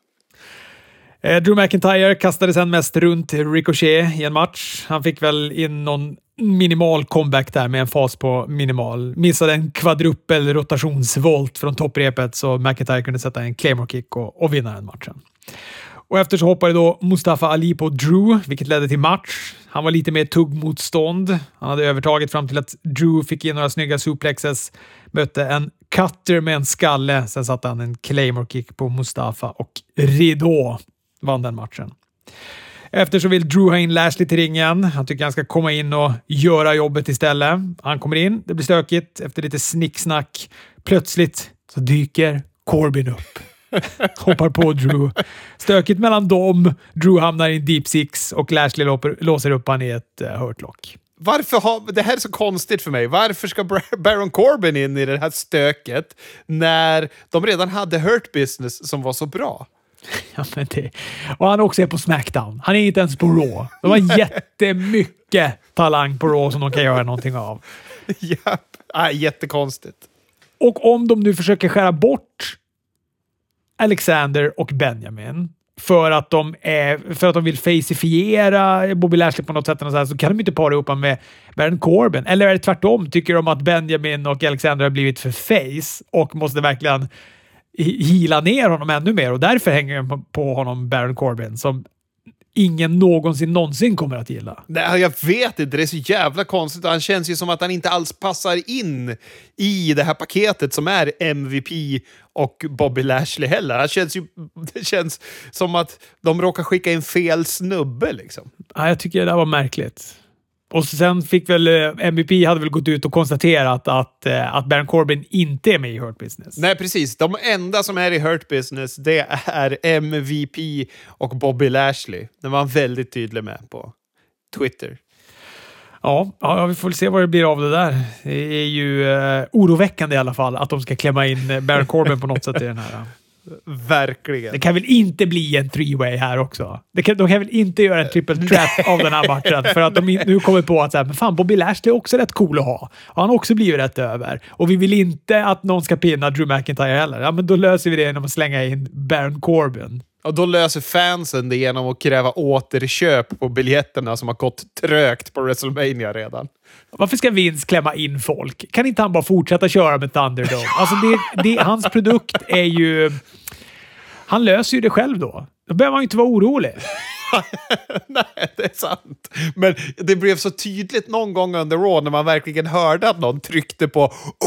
Eh, Drew McIntyre kastade sen mest runt Ricochet i en match. Han fick väl in någon minimal comeback där med en fas på minimal. Missade en kvadruppel rotationsvolt från topprepet så McIntyre kunde sätta en Claymore kick och, och vinna den matchen. Och efter så hoppade då Mustafa Ali på Drew, vilket ledde till match. Han var lite mer tuggmotstånd. Han hade övertaget fram till att Drew fick in några snygga suplexes. Mötte en cutter med en skalle. Sen satte han en Claymore kick på Mustafa och ridå vann den matchen. Efter så vill Drew ha in Lashley till ringen. Han tycker han ska komma in och göra jobbet istället. Han kommer in, det blir stökigt. Efter lite snicksnack. Plötsligt så dyker Corbin upp. Hoppar på Drew. Stökigt mellan dem. Drew hamnar i en deep six och Lashley låser upp han i ett uh, hurt lock.
Varför har, det här är så konstigt för mig. Varför ska Baron Corbin in i det här stöket när de redan hade Hurt Business som var så bra?
Ja, men det. Och han också är på SmackDown. Han är inte ens på Raw. De har jättemycket talang på Raw som de kan göra någonting av.
Ja, ah, jättekonstigt.
Och om de nu försöker skära bort Alexander och Benjamin för att de är för att de vill facifiera Bobby Lashley på något sätt och så, här, så kan de inte para ihop honom med Baron Corbin. Eller är det tvärtom? Tycker de att Benjamin och Alexander har blivit för face och måste verkligen hila ner honom ännu mer och därför hänger de på honom Baron Corbin som ingen någonsin någonsin kommer att gilla.
Nej, jag vet inte. Det är så jävla konstigt. Han känns ju som att han inte alls passar in i det här paketet som är M V P och Bobby Lashley heller. Han känns ju, det känns som att de råkar skicka in fel snubbe liksom.
Ja, jag tycker det där var märkligt. Och sen fick väl M V P hade väl gått ut och konstaterat att, att Baron Corbin inte är med i Hurt Business.
Nej, precis. De enda som är i Hurt Business det är M V P och Bobby Lashley. Det var han väldigt tydlig med på Twitter.
Ja, ja, vi får väl se vad det blir av det där. Det är ju uh, oroväckande i alla fall att de ska klämma in Baron Corbin på något sätt i den här.
Verkligen.
Det kan väl inte bli en three-way här också. Det kan, de kan väl inte göra en triple threat av den här matchen för att de nu kommer på att så här, men fan, Bobby Lashley är också rätt cool att ha. Och han har också blivit rätt över. Och vi vill inte att någon ska pinna Drew McIntyre heller. Ja, men då löser vi det genom att slänga in Baron Corbin.
Och då löser fansen det genom att kräva återköp på biljetterna som har gått trögt på WrestleMania redan.
Varför ska Vince klämma in folk? Kan inte han bara fortsätta köra med Thunderdome? Alltså det, det, hans produkt är ju... Han löser ju det själv då. Då behöver man ju inte vara orolig.
Nej, det är sant. Men det blev så tydligt någon gång under Raw när man verkligen hörde att någon tryckte på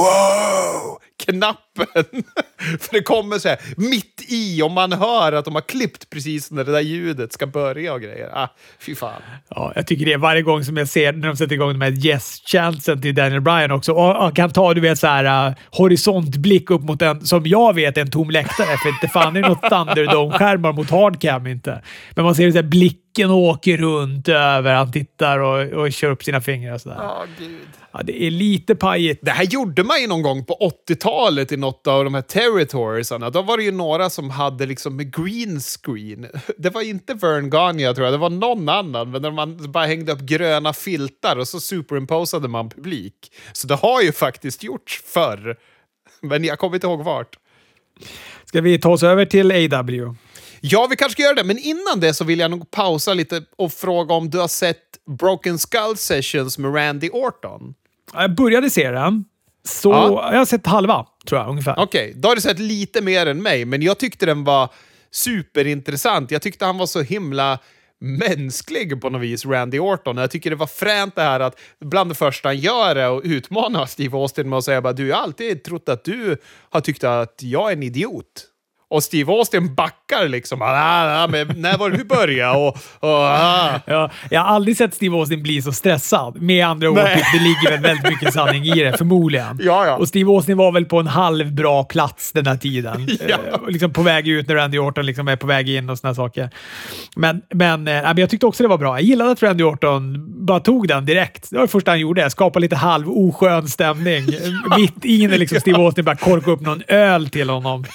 wow! Knappen. För det kommer så här mitt i och man hör att de har klippt precis när det där ljudet ska börja och grejer. Ah, fy fan.
Ja, jag tycker det är varje gång som jag ser när de sätter igång de här yes-chansen till Daniel Bryan också. Och, och kan ta, du vet, så här uh, horisontblick upp mot en, som jag vet, en tom läktare. För inte fan är det något Thunderdome-skärmar mot hardcam inte. Men man ser så här blicken åker runt över, han tittar och, och kör upp sina fingrar och sådär.
Ja, oh, gud.
Ja, det är lite pajigt.
Det här gjorde man ju någon gång på åttiotalet i något av de här territoriesarna. Då var det ju några som hade liksom med green screen. Det var inte Vern Gagne, tror jag. Det var någon annan. Men när man bara hängde upp gröna filtar och så superimposade man publik. Så det har ju faktiskt gjorts förr. Men jag kommer inte ihåg vart.
Ska vi ta oss över till A W?
Ja, vi kanske ska göra det. Men innan det så vill jag nog pausa lite och fråga om du har sett Broken Skull Sessions med Randy Orton.
Jag började se den. Så ja. Jag har sett halva, tror jag, ungefär.
Okej, okay, då har du sett lite mer än mig. Men jag tyckte den var superintressant. Jag tyckte han var så himla mänsklig på något vis, Randy Orton. Jag tycker det var fränt det här att bland det första han gör är att utmana Steve Austin med att säga bara, du har alltid trott att du har tyckt att jag är en idiot. Och Steve Austin backar liksom. Ah, ah, men när var det du började? Och, och, ah.
Ja, jag har aldrig sett Steve Austin bli så stressad. Med andra ord, typ, det ligger väl väldigt mycket sanning i det, förmodligen.
Ja, ja.
Och Steve Austin var väl på en halv bra plats den här tiden.
Ja.
Eh, liksom på väg ut när Randy Orton liksom är på väg in och såna saker. Men, men, eh, men jag tyckte också det var bra. Jag gillade att Randy Orton bara tog den direkt. Det var det första han gjorde. Skapa lite halv oskön stämning. Mitt in i liksom Steve Austin bara korka upp någon öl till honom.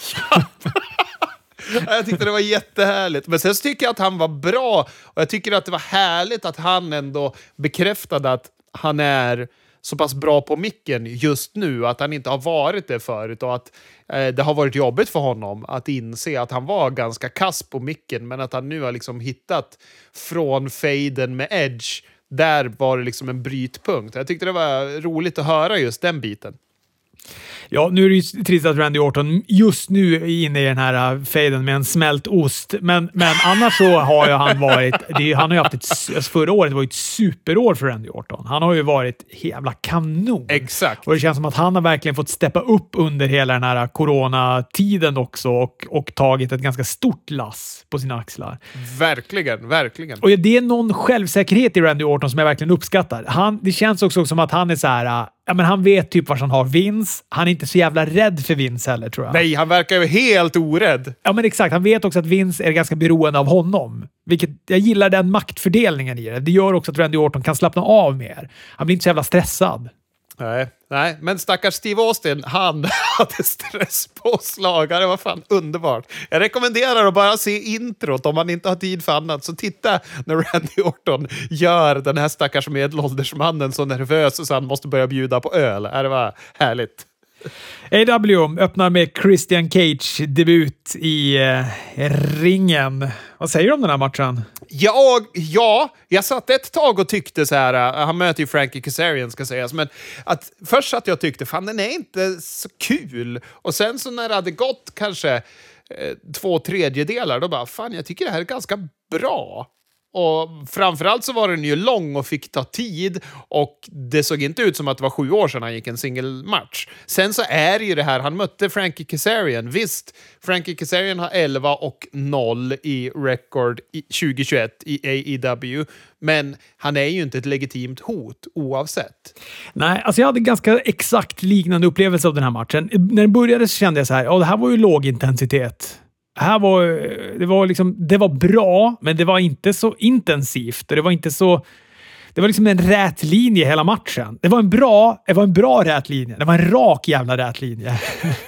Jag tyckte det var jättehärligt. Men sen så tycker jag att han var bra. Och jag tycker att det var härligt att han ändå bekräftade att han är så pass bra på micken just nu. Att han inte har varit det förut. Och att eh, det har varit jobbigt för honom att inse att han var ganska kass på micken. Men att han nu har liksom hittat från faden med Edge. Där var det liksom en brytpunkt. Jag tyckte det var roligt att höra just den biten.
Ja, nu är det ju trist att Randy Orton just nu är inne i den här uh, faden med en smält ost. Men, men annars så har ju han varit... Det är, han har ju haft ett... Förra året var ju ett superår för Randy Orton. Han har ju varit jävla kanon.
Exakt.
Och det känns som att han har verkligen fått steppa upp under hela den här coronatiden också och, och tagit ett ganska stort lass på sina axlar.
Verkligen, verkligen.
Och det är någon självsäkerhet i Randy Orton som jag verkligen uppskattar. Han, det känns också som att han är så här... Ja, men han vet typ var han har Vince. Han är inte så jävla rädd för Vince heller, tror jag.
Nej, han verkar ju helt orädd.
Ja, men exakt. Han vet också att Vince är ganska beroende av honom. Vilket, jag gillar den maktfördelningen i det. Det gör också att Randy Orton kan slappna av mer. Han blir inte så jävla stressad.
Nej, nej, men stackars Steve Austin, han hade stresspåslag. Det var fan underbart. Jag rekommenderar att bara se introt om man inte har tid för annat. Så titta när Randy Orton gör den här stackars medelåldersmannen så nervös så han måste börja bjuda på öl. Det var härligt.
A W öppnar med Christian Cage debut i eh, ringen. Vad säger du om den här matchen?
Ja, ja, jag satt ett tag och tyckte så här, uh, han möter ju Frankie Kazarian ska sägas, men att först att jag tyckte, fan den är inte så kul. Och sen så när det hade gått kanske eh, två tredjedelar, då bara, fan jag tycker det här är ganska bra. Och framförallt så var den ju lång och fick ta tid och det såg inte ut som att det var sju år sedan han gick en singelmatch. Sen så är det ju det här, han mötte Frankie Kazarian. Visst, Frankie Kazarian har elva och noll i record i tjugohundratjugoett i A E W, men han är ju inte ett legitimt hot oavsett.
Nej, alltså jag hade ganska exakt liknande upplevelse av den här matchen. När det började så kände jag så här, ja det här var ju låg intensitet. Här var, det, var liksom, det var bra, men det var inte så intensivt. Och det var inte så... Det var liksom en rät linje hela matchen. Det var en bra, det var en bra rät linje. Det var en rak jävla rät linje.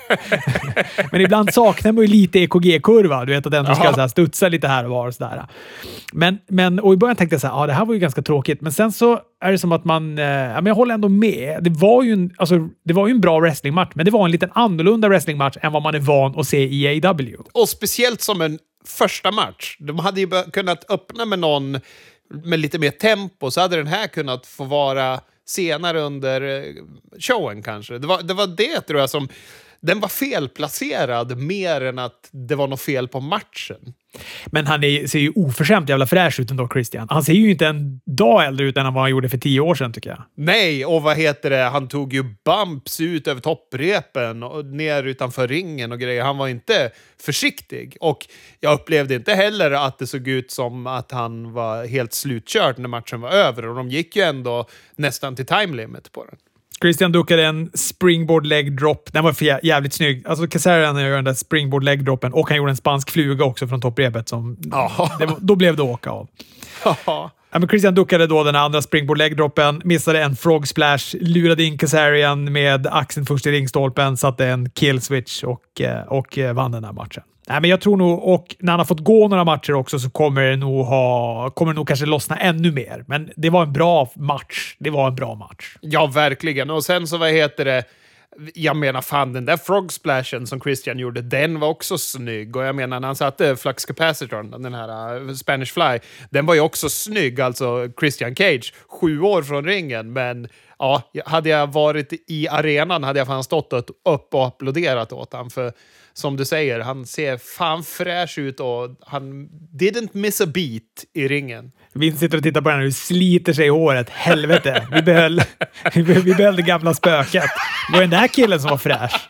Men ibland saknar man ju lite E K G-kurva. Du vet att den som ska så här studsa lite här och var och sådär. Men, men, och i början tänkte jag så här, ja det här var ju ganska tråkigt. Men sen så är det som att man, eh, ja, men jag håller ändå med. Det var ju en, alltså, det var ju en bra wrestlingmatch, men det var en liten annorlunda wrestlingmatch än vad man är van att se i A E W.
Och speciellt som en första match. De hade ju kunnat öppna med någon med lite mer tempo, så hade den här kunnat få vara senare under showen kanske. Det var det, var det tror jag som... Den var felplacerad mer än att det var något fel på matchen.
Men han är, ser ju oförskämt jävla fräsch ut ändå, Christian. Han ser ju inte en dag äldre ut än vad han gjorde för tio år sedan, tycker jag.
Nej, och vad heter det? Han tog ju bumps ut över topprepen och ner utanför ringen och grejer. Han var inte försiktig. Och jag upplevde inte heller att det såg ut som att han var helt slutkörd när matchen var över. Och de gick ju ändå nästan till time limit på den. Christian
duckade en springboard leg drop. Den var för jävligt snygg. Alltså Kazarian gör den där springboard leg droppen och han gjorde en spansk fluga också från topprepet som det var, då blev det åka av. Ja, men Christian duckade då den andra springboard leg droppen, missade en frog splash, lurade in Kazarian med axeln först i ringstolpen, satte en kill switch och, och vann den här matchen. Nej, men jag tror nog, och när han har fått gå några matcher också så kommer det nog ha, kommer det nog kanske lossna ännu mer. Men det var en bra match. Det var en bra match.
Ja, verkligen. Och sen så, vad heter det? Jag menar, fan, den där frog splashen som Christian gjorde, den var också snygg. Och jag menar, när han satte flux capacitorn, den här uh, Spanish Fly, den var ju också snygg. Alltså Christian Cage, sju år från ringen, men ja, hade jag varit i arenan hade jag fan stått upp och applåderat åt han, för som du säger, han ser fan fräsch ut och han didn't miss a beat i ringen.
Vi sitter och tittar på den och sliter sig i håret. Helvete. Vi behöll, vi behöll det gamla spöket. Det var den där killen som var fräsch.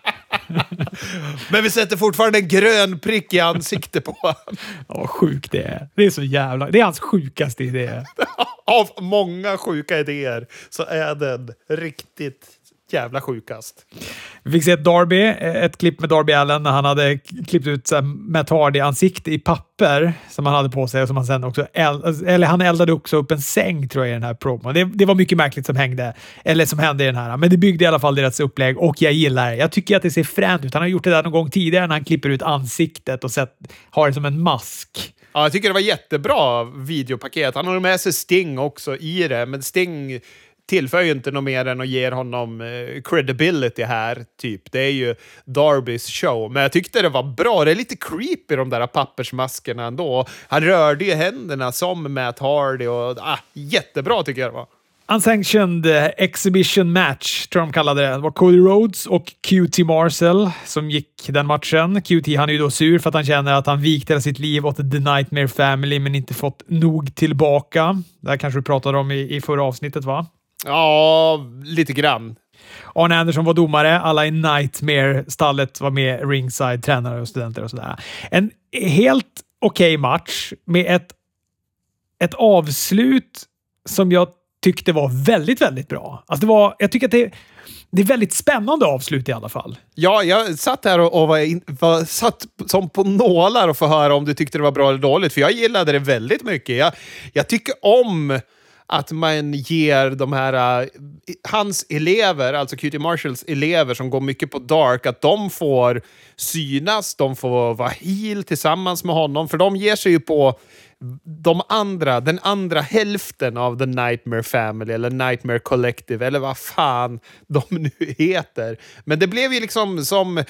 Men vi sätter fortfarande en grön prick i ansiktet på honom.
Ja, vad sjukt det är. Det är så jävla... Det är hans sjukaste idé.
Av många sjuka idéer så är den riktigt jävla sjukast.
Vi fick se ett Darby, ett klipp med Darby Allin när han hade klippt ut så här, Matt Hardy-ansikte i papper som han hade på sig och som han sen också eld, eller han eldade också upp en säng tror jag i den här promon. Det, det var mycket märkligt som hängde, eller som hände i den här, men det byggde i alla fall deras upplägg och jag gillar det. Jag tycker att det ser fränt ut. Han har gjort det där någon gång tidigare när han klipper ut ansiktet och sett, har det som en mask.
Ja, jag tycker det var jättebra videopaket. Han har med sig Sting också i det, men Sting tillför ju inte något mer än att ge honom eh, credibility här, typ. Det är ju Darbys show. Men jag tyckte det var bra. Det är lite creepy, de där pappersmaskerna ändå. Han rörde ju händerna som Matt Hardy och ah, jättebra tycker jag det var.
Unsanctioned exhibition match, tror de kallade det. Det var Cody Rhodes och Q T Marshall som gick den matchen. Q T han är ju då sur för att han känner att han vikt hela sitt liv åt The Nightmare Family men inte fått nog tillbaka. Det här kanske du pratade om i, i förra avsnittet, va?
Ja, lite grann.
Arne Andersson var domare. Alla i Nightmare-stallet var med ringside, tränare och studenter och sådär. En helt okej okay match med ett, ett avslut som jag tyckte var väldigt, väldigt bra. Alltså det var, jag tycker att det, det är väldigt spännande avslut i alla fall.
Ja, jag satt här och, och var, in, var satt som på nålar och få höra om du tyckte det var bra eller dåligt. För jag gillade det väldigt mycket. Jag, jag tycker om att man ger de här, uh, hans elever, alltså Q T Marshalls elever som går mycket på dark, att de får synas, de får vara heel tillsammans med honom, för de ger sig ju på de andra, den andra hälften av The Nightmare Family eller Nightmare Collective eller vad fan de nu heter. Men det blev ju liksom som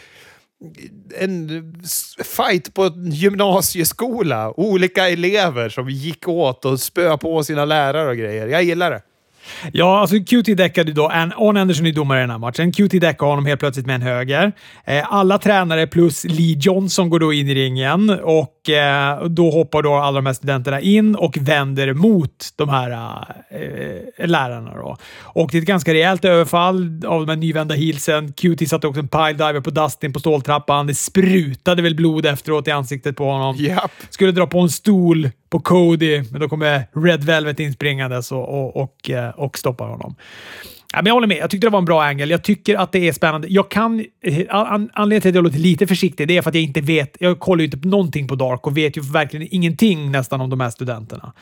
en fight på en gymnasieskola. Olika elever som gick åt och spö på sina lärare och grejer. Jag gillar det.
Ja, alltså Q T däckade då. Arne Anderson är domare i den här matchen. Q T däckar honom helt plötsligt med en höger. Eh, alla tränare plus Lee Johnson går då in i ringen och eh, då hoppar då alla de här studenterna in och vänder mot de här eh, lärarna då. Och det är ett ganska rejält överfall av de här nyvända heelsen. Q T satte också en pilediver på Dustin på ståltrappan. Det sprutade väl blod efteråt i ansiktet på honom.
Yep.
Skulle dra på en stol på Cody, men då kommer Red Velvet inspringandes och, och, och, och stoppar honom. Ja, men jag håller med. Jag tyckte det var en bra angle. Jag tycker att det är spännande. Jag kan... An, anledningen till att jag låter lite försiktig, det är för att jag inte vet... Jag kollar ju inte på någonting på Dark och vet ju verkligen ingenting nästan om de här studenterna.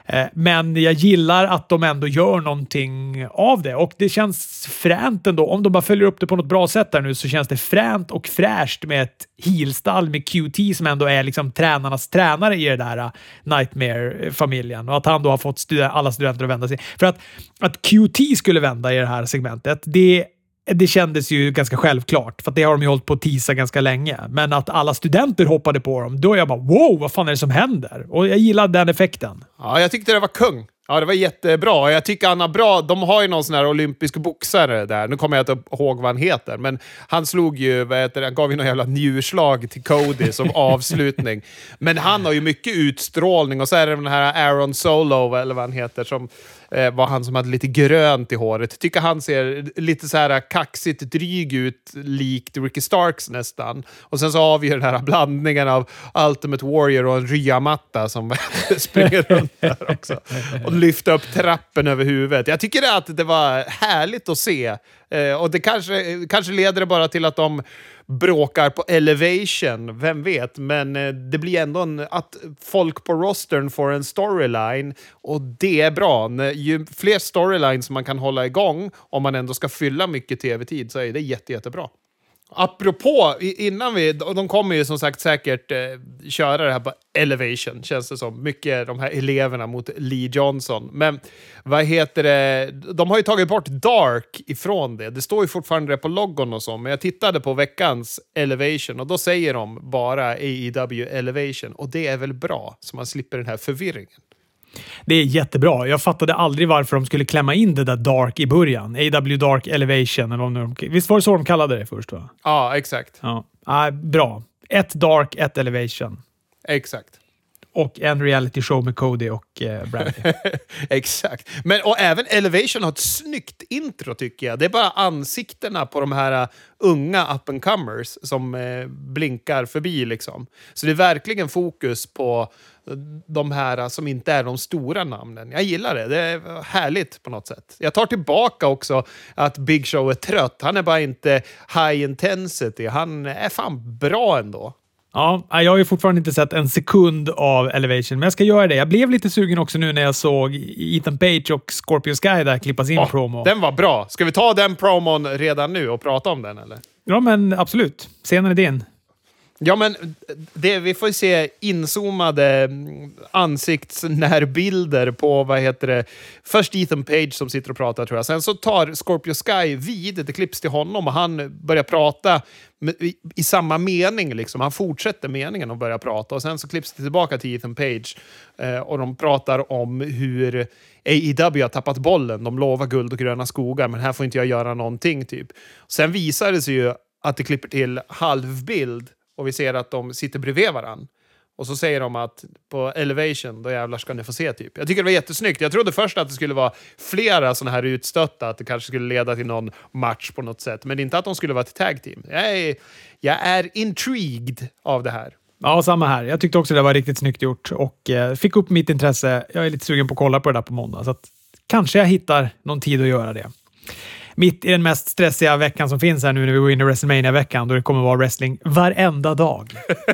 Men jag gillar att de ändå gör någonting av det. Och det känns fränt ändå. Om de bara följer upp det på något bra sätt där nu så känns det fränt och fräscht med ett heelstall med Q T som ändå är liksom tränarnas tränare i det där Nightmare-familjen. Och att han då har fått studen- alla studenter att vända sig. För att, att Q T skulle vända i det här segmentet, det Det kändes ju ganska självklart, för att det har de ju hållit på att teasa ganska länge. Men att alla studenter hoppade på dem, då är jag bara, wow, vad fan är det som händer? Och jag gillar den effekten.
Ja, jag tyckte det var kung. Ja, det var jättebra. Jag tycker han har bra... De har ju någon sån här olympisk boxare där. Nu kommer jag inte ihåg vad han heter, men han slog ju... Vad heter det? Han gav ju någon jävla njurslag till Cody som avslutning. Men han har ju mycket utstrålning och så är det den här Aaron Solo, eller vad han heter, som eh, var han som hade lite grönt i håret. Tycker han ser lite så här kaxigt dryg ut, likt Ricky Starks nästan. Och sen så har vi ju den här blandningen av Ultimate Warrior och en ryamatta som springer runt där också. Och lyfta upp trappen över huvudet. Jag tycker att det var härligt att se. Eh, och det kanske, kanske leder det bara till att de bråkar på Elevation. Vem vet? Men eh, det blir ändå en, att folk på rostern får en storyline. Och det är bra. Ju fler storylines man kan hålla igång om man ändå ska fylla mycket tv-tid så är det jätte, jättebra. Apropå, innan vi, de kommer ju som sagt säkert eh, köra det här på Elevation, känns det som. Mycket de här eleverna mot Lee Johnson. Men vad heter det? De har ju tagit bort Dark ifrån det. Det står ju fortfarande det på loggon och så. Men jag tittade på veckans Elevation och då säger de bara A E W Elevation. Och det är väl bra, så man slipper den här förvirringen.
Det är jättebra. Jag fattade aldrig varför de skulle klämma in det där Dark i början. A E W Dark Elevation. Eller om de, visst var det så de kallade det först, va?
Ja, exakt.
Ja. Ah, bra. Ett Dark, ett Elevation.
Exakt.
och en reality show med Cody och eh, Brandy.
Exakt. Men, och även Elevation har ett snyggt intro tycker jag. Det är bara ansiktena på de här uh, unga up-and-comers som uh, blinkar förbi liksom. Så det är verkligen fokus på de här som inte är de stora namnen. Jag gillar det. Det är härligt på något sätt. Jag tar tillbaka också att Big Show är trött. Han är bara inte high intensity. Han är fan bra ändå.
Ja, jag har ju fortfarande inte sett en sekund av Elevation, men jag ska göra det. Jag blev lite sugen också nu när jag såg Ethan Page och Scorpio Sky där klippas in oh, promo.
Den var bra. Ska vi ta den promon redan nu och prata om den, eller?
Ja, men absolut. Scenen är din.
Ja, men det, vi får se inzoomade ansiktsnärbilder på, vad heter det, först Ethan Page som sitter och pratar tror jag. Sen så tar Scorpio Sky vid, det klipps till honom och han börjar prata med, i, i samma mening liksom. Han fortsätter meningen och börjar prata och sen så klipps det tillbaka till Ethan Page eh, och de pratar om hur A E W har tappat bollen. De lovar guld och gröna skogar men här får inte jag göra någonting typ. Sen visar det sig ju att det klipper till halvbild och vi ser att de sitter bredvid varann. Och så säger de att på Elevation, då jävlar ska ni få se typ. Jag tycker det var jättesnyggt. Jag trodde först att det skulle vara flera sådana här utstötta. Att det kanske skulle leda till någon match på något sätt. Men inte att de skulle vara ett tag team. Jag är, jag är intrigued av det här.
Ja, samma här. Jag tyckte också det var riktigt snyggt gjort. Och eh, fick upp mitt intresse. Jag är lite sugen på att kolla på det där på måndag. Så att kanske jag hittar någon tid att göra det. Mitt i den mest stressiga veckan som finns här nu när vi går in i WrestleMania-veckan då det kommer att vara wrestling varenda dag.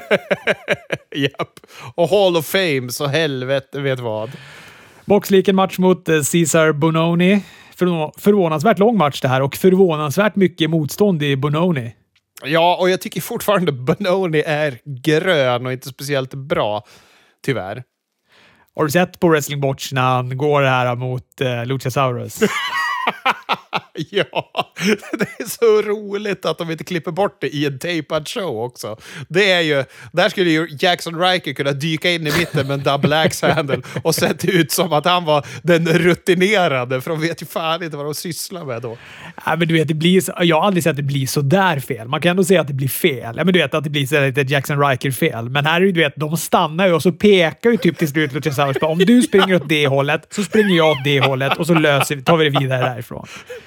Japp. Och Hall of Fame, så helvete vet vad.
Boxliken match mot Cesar Bononi. Förvå- förvånansvärt lång match det här och förvånansvärt mycket motstånd i Bononi.
Ja, och jag tycker fortfarande Bononi är grön och inte speciellt bra, tyvärr.
Har du sett på Wrestling Botch när han går här mot uh, Luchasaurus?
Ja, det är så roligt att de inte klipper bort det i en tapad show också. Det är ju, där skulle ju Jackson Riker kunna dyka in i mitten med en double axe handle och sett ut som att han var den rutinerade, för de vet ju fan inte vad de sysslar med då.
Ja, men du vet, det blir så, jag har aldrig sett att det blir så där fel. Man kan ändå säga att det blir fel. Ja, men du vet att det blir så lite Jackson Riker fel. Men här är ju, du vet, de stannar ju och så pekar ju typ till slut Luchasaurus på om du springer åt det hållet så springer jag åt det hållet och så löser vi, tar vi det vidare därifrån.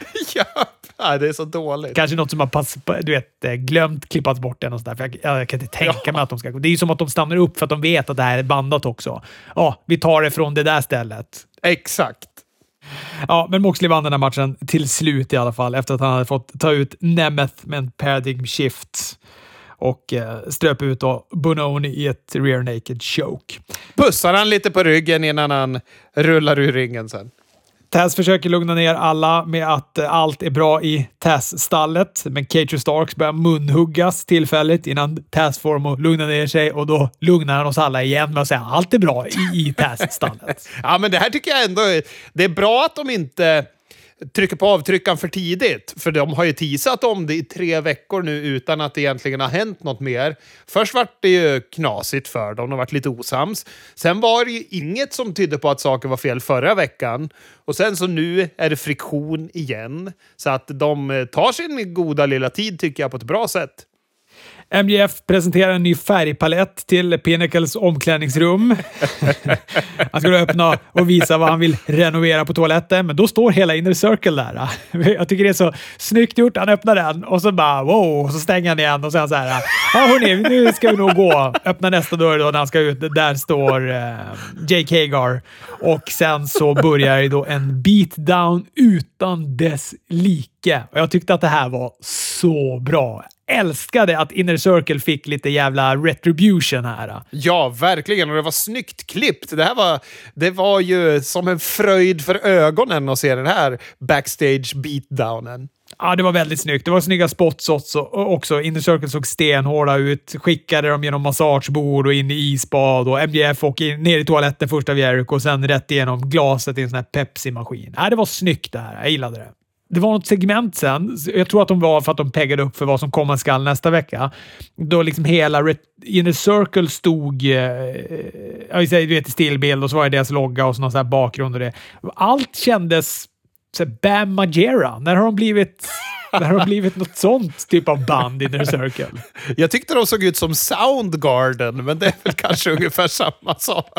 Ja, det är så dåligt.
Kanske något som har pass, du vet, glömt klippat bort den och sådär. För jag, jag kan inte tänka ja. mig att de ska gå. Det är ju som att de stannar upp för att de vet att det här är bandat också. Ja, vi tar det från det där stället.
Exakt.
Ja, men Moxley vann den här matchen till slut i alla fall efter att han hade fått ta ut Nemeth med en paradigm shift och eh, ströp ut då Bononi i ett rear naked choke.
Pussar han lite på ryggen innan han rullar ur ringen sen.
Taz försöker lugna ner alla med att allt är bra i Taz-stallet. Men Cage och Starks börjar munhuggas tillfälligt innan Taz får dem att lugna ner sig. Och då lugnar han oss alla igen med att säga att allt är bra i, i Taz-stallet.
Ja, men det här tycker jag ändå är, det är bra att de inte trycker på avtryckan för tidigt. För de har ju teasat om det i tre veckor nu utan att det egentligen har hänt något mer. Först var det ju knasigt för dem. De har varit lite osams. Sen var det ju inget som tydde på att saker var fel förra veckan. Och sen så nu är det friktion igen. Så att de tar sin goda lilla tid tycker jag på ett bra sätt.
M J F presenterar en ny färgpalett till Pinnacles omklädningsrum. Han skulle öppna och visa vad han vill renovera på toaletten, men då står hela Inner Circle där. Jag tycker det är så snyggt gjort. Han öppnar den och så bara wow, och så stänger han igen och så är han så här, ja hörni, nu ska vi nog gå. Öppna nästa dörr då när han ska ut. Där står uh, Jake Hagar och sen så börjar det då en beatdown utan dess like. Och jag tyckte att det här var så bra. Älskade att Inner Circle fick lite jävla retribution här.
Ja, verkligen. Och det var snyggt klippt. Det här var, det var ju som en fröjd för ögonen att se den här backstage beatdownen.
Ja, det var väldigt snyggt. Det var snygga spots också. också. Inner Circle såg stenhårda ut. Skickade dem genom massagebord och in i isbad. Och M J F åker ner i toaletten först av Jericho och sen rätt igenom glaset i en sån här Pepsi-maskin. Ja, det var snyggt det här. Jag gillade det. Det var något segment sen, jag tror att de var för att de peggade upp för vad som komma skall nästa vecka. Då liksom hela Ret- Inner Circle stod eh, jag säger, du vet, i stillbild och så var det deras logga och så någon sån här bakgrund och det. Allt kändes så Bam Margera. När har de blivit Det här har blivit något sånt typ av band i Inner Circle.
Jag tyckte de såg ut som Soundgarden, men det är väl kanske ungefär samma sak.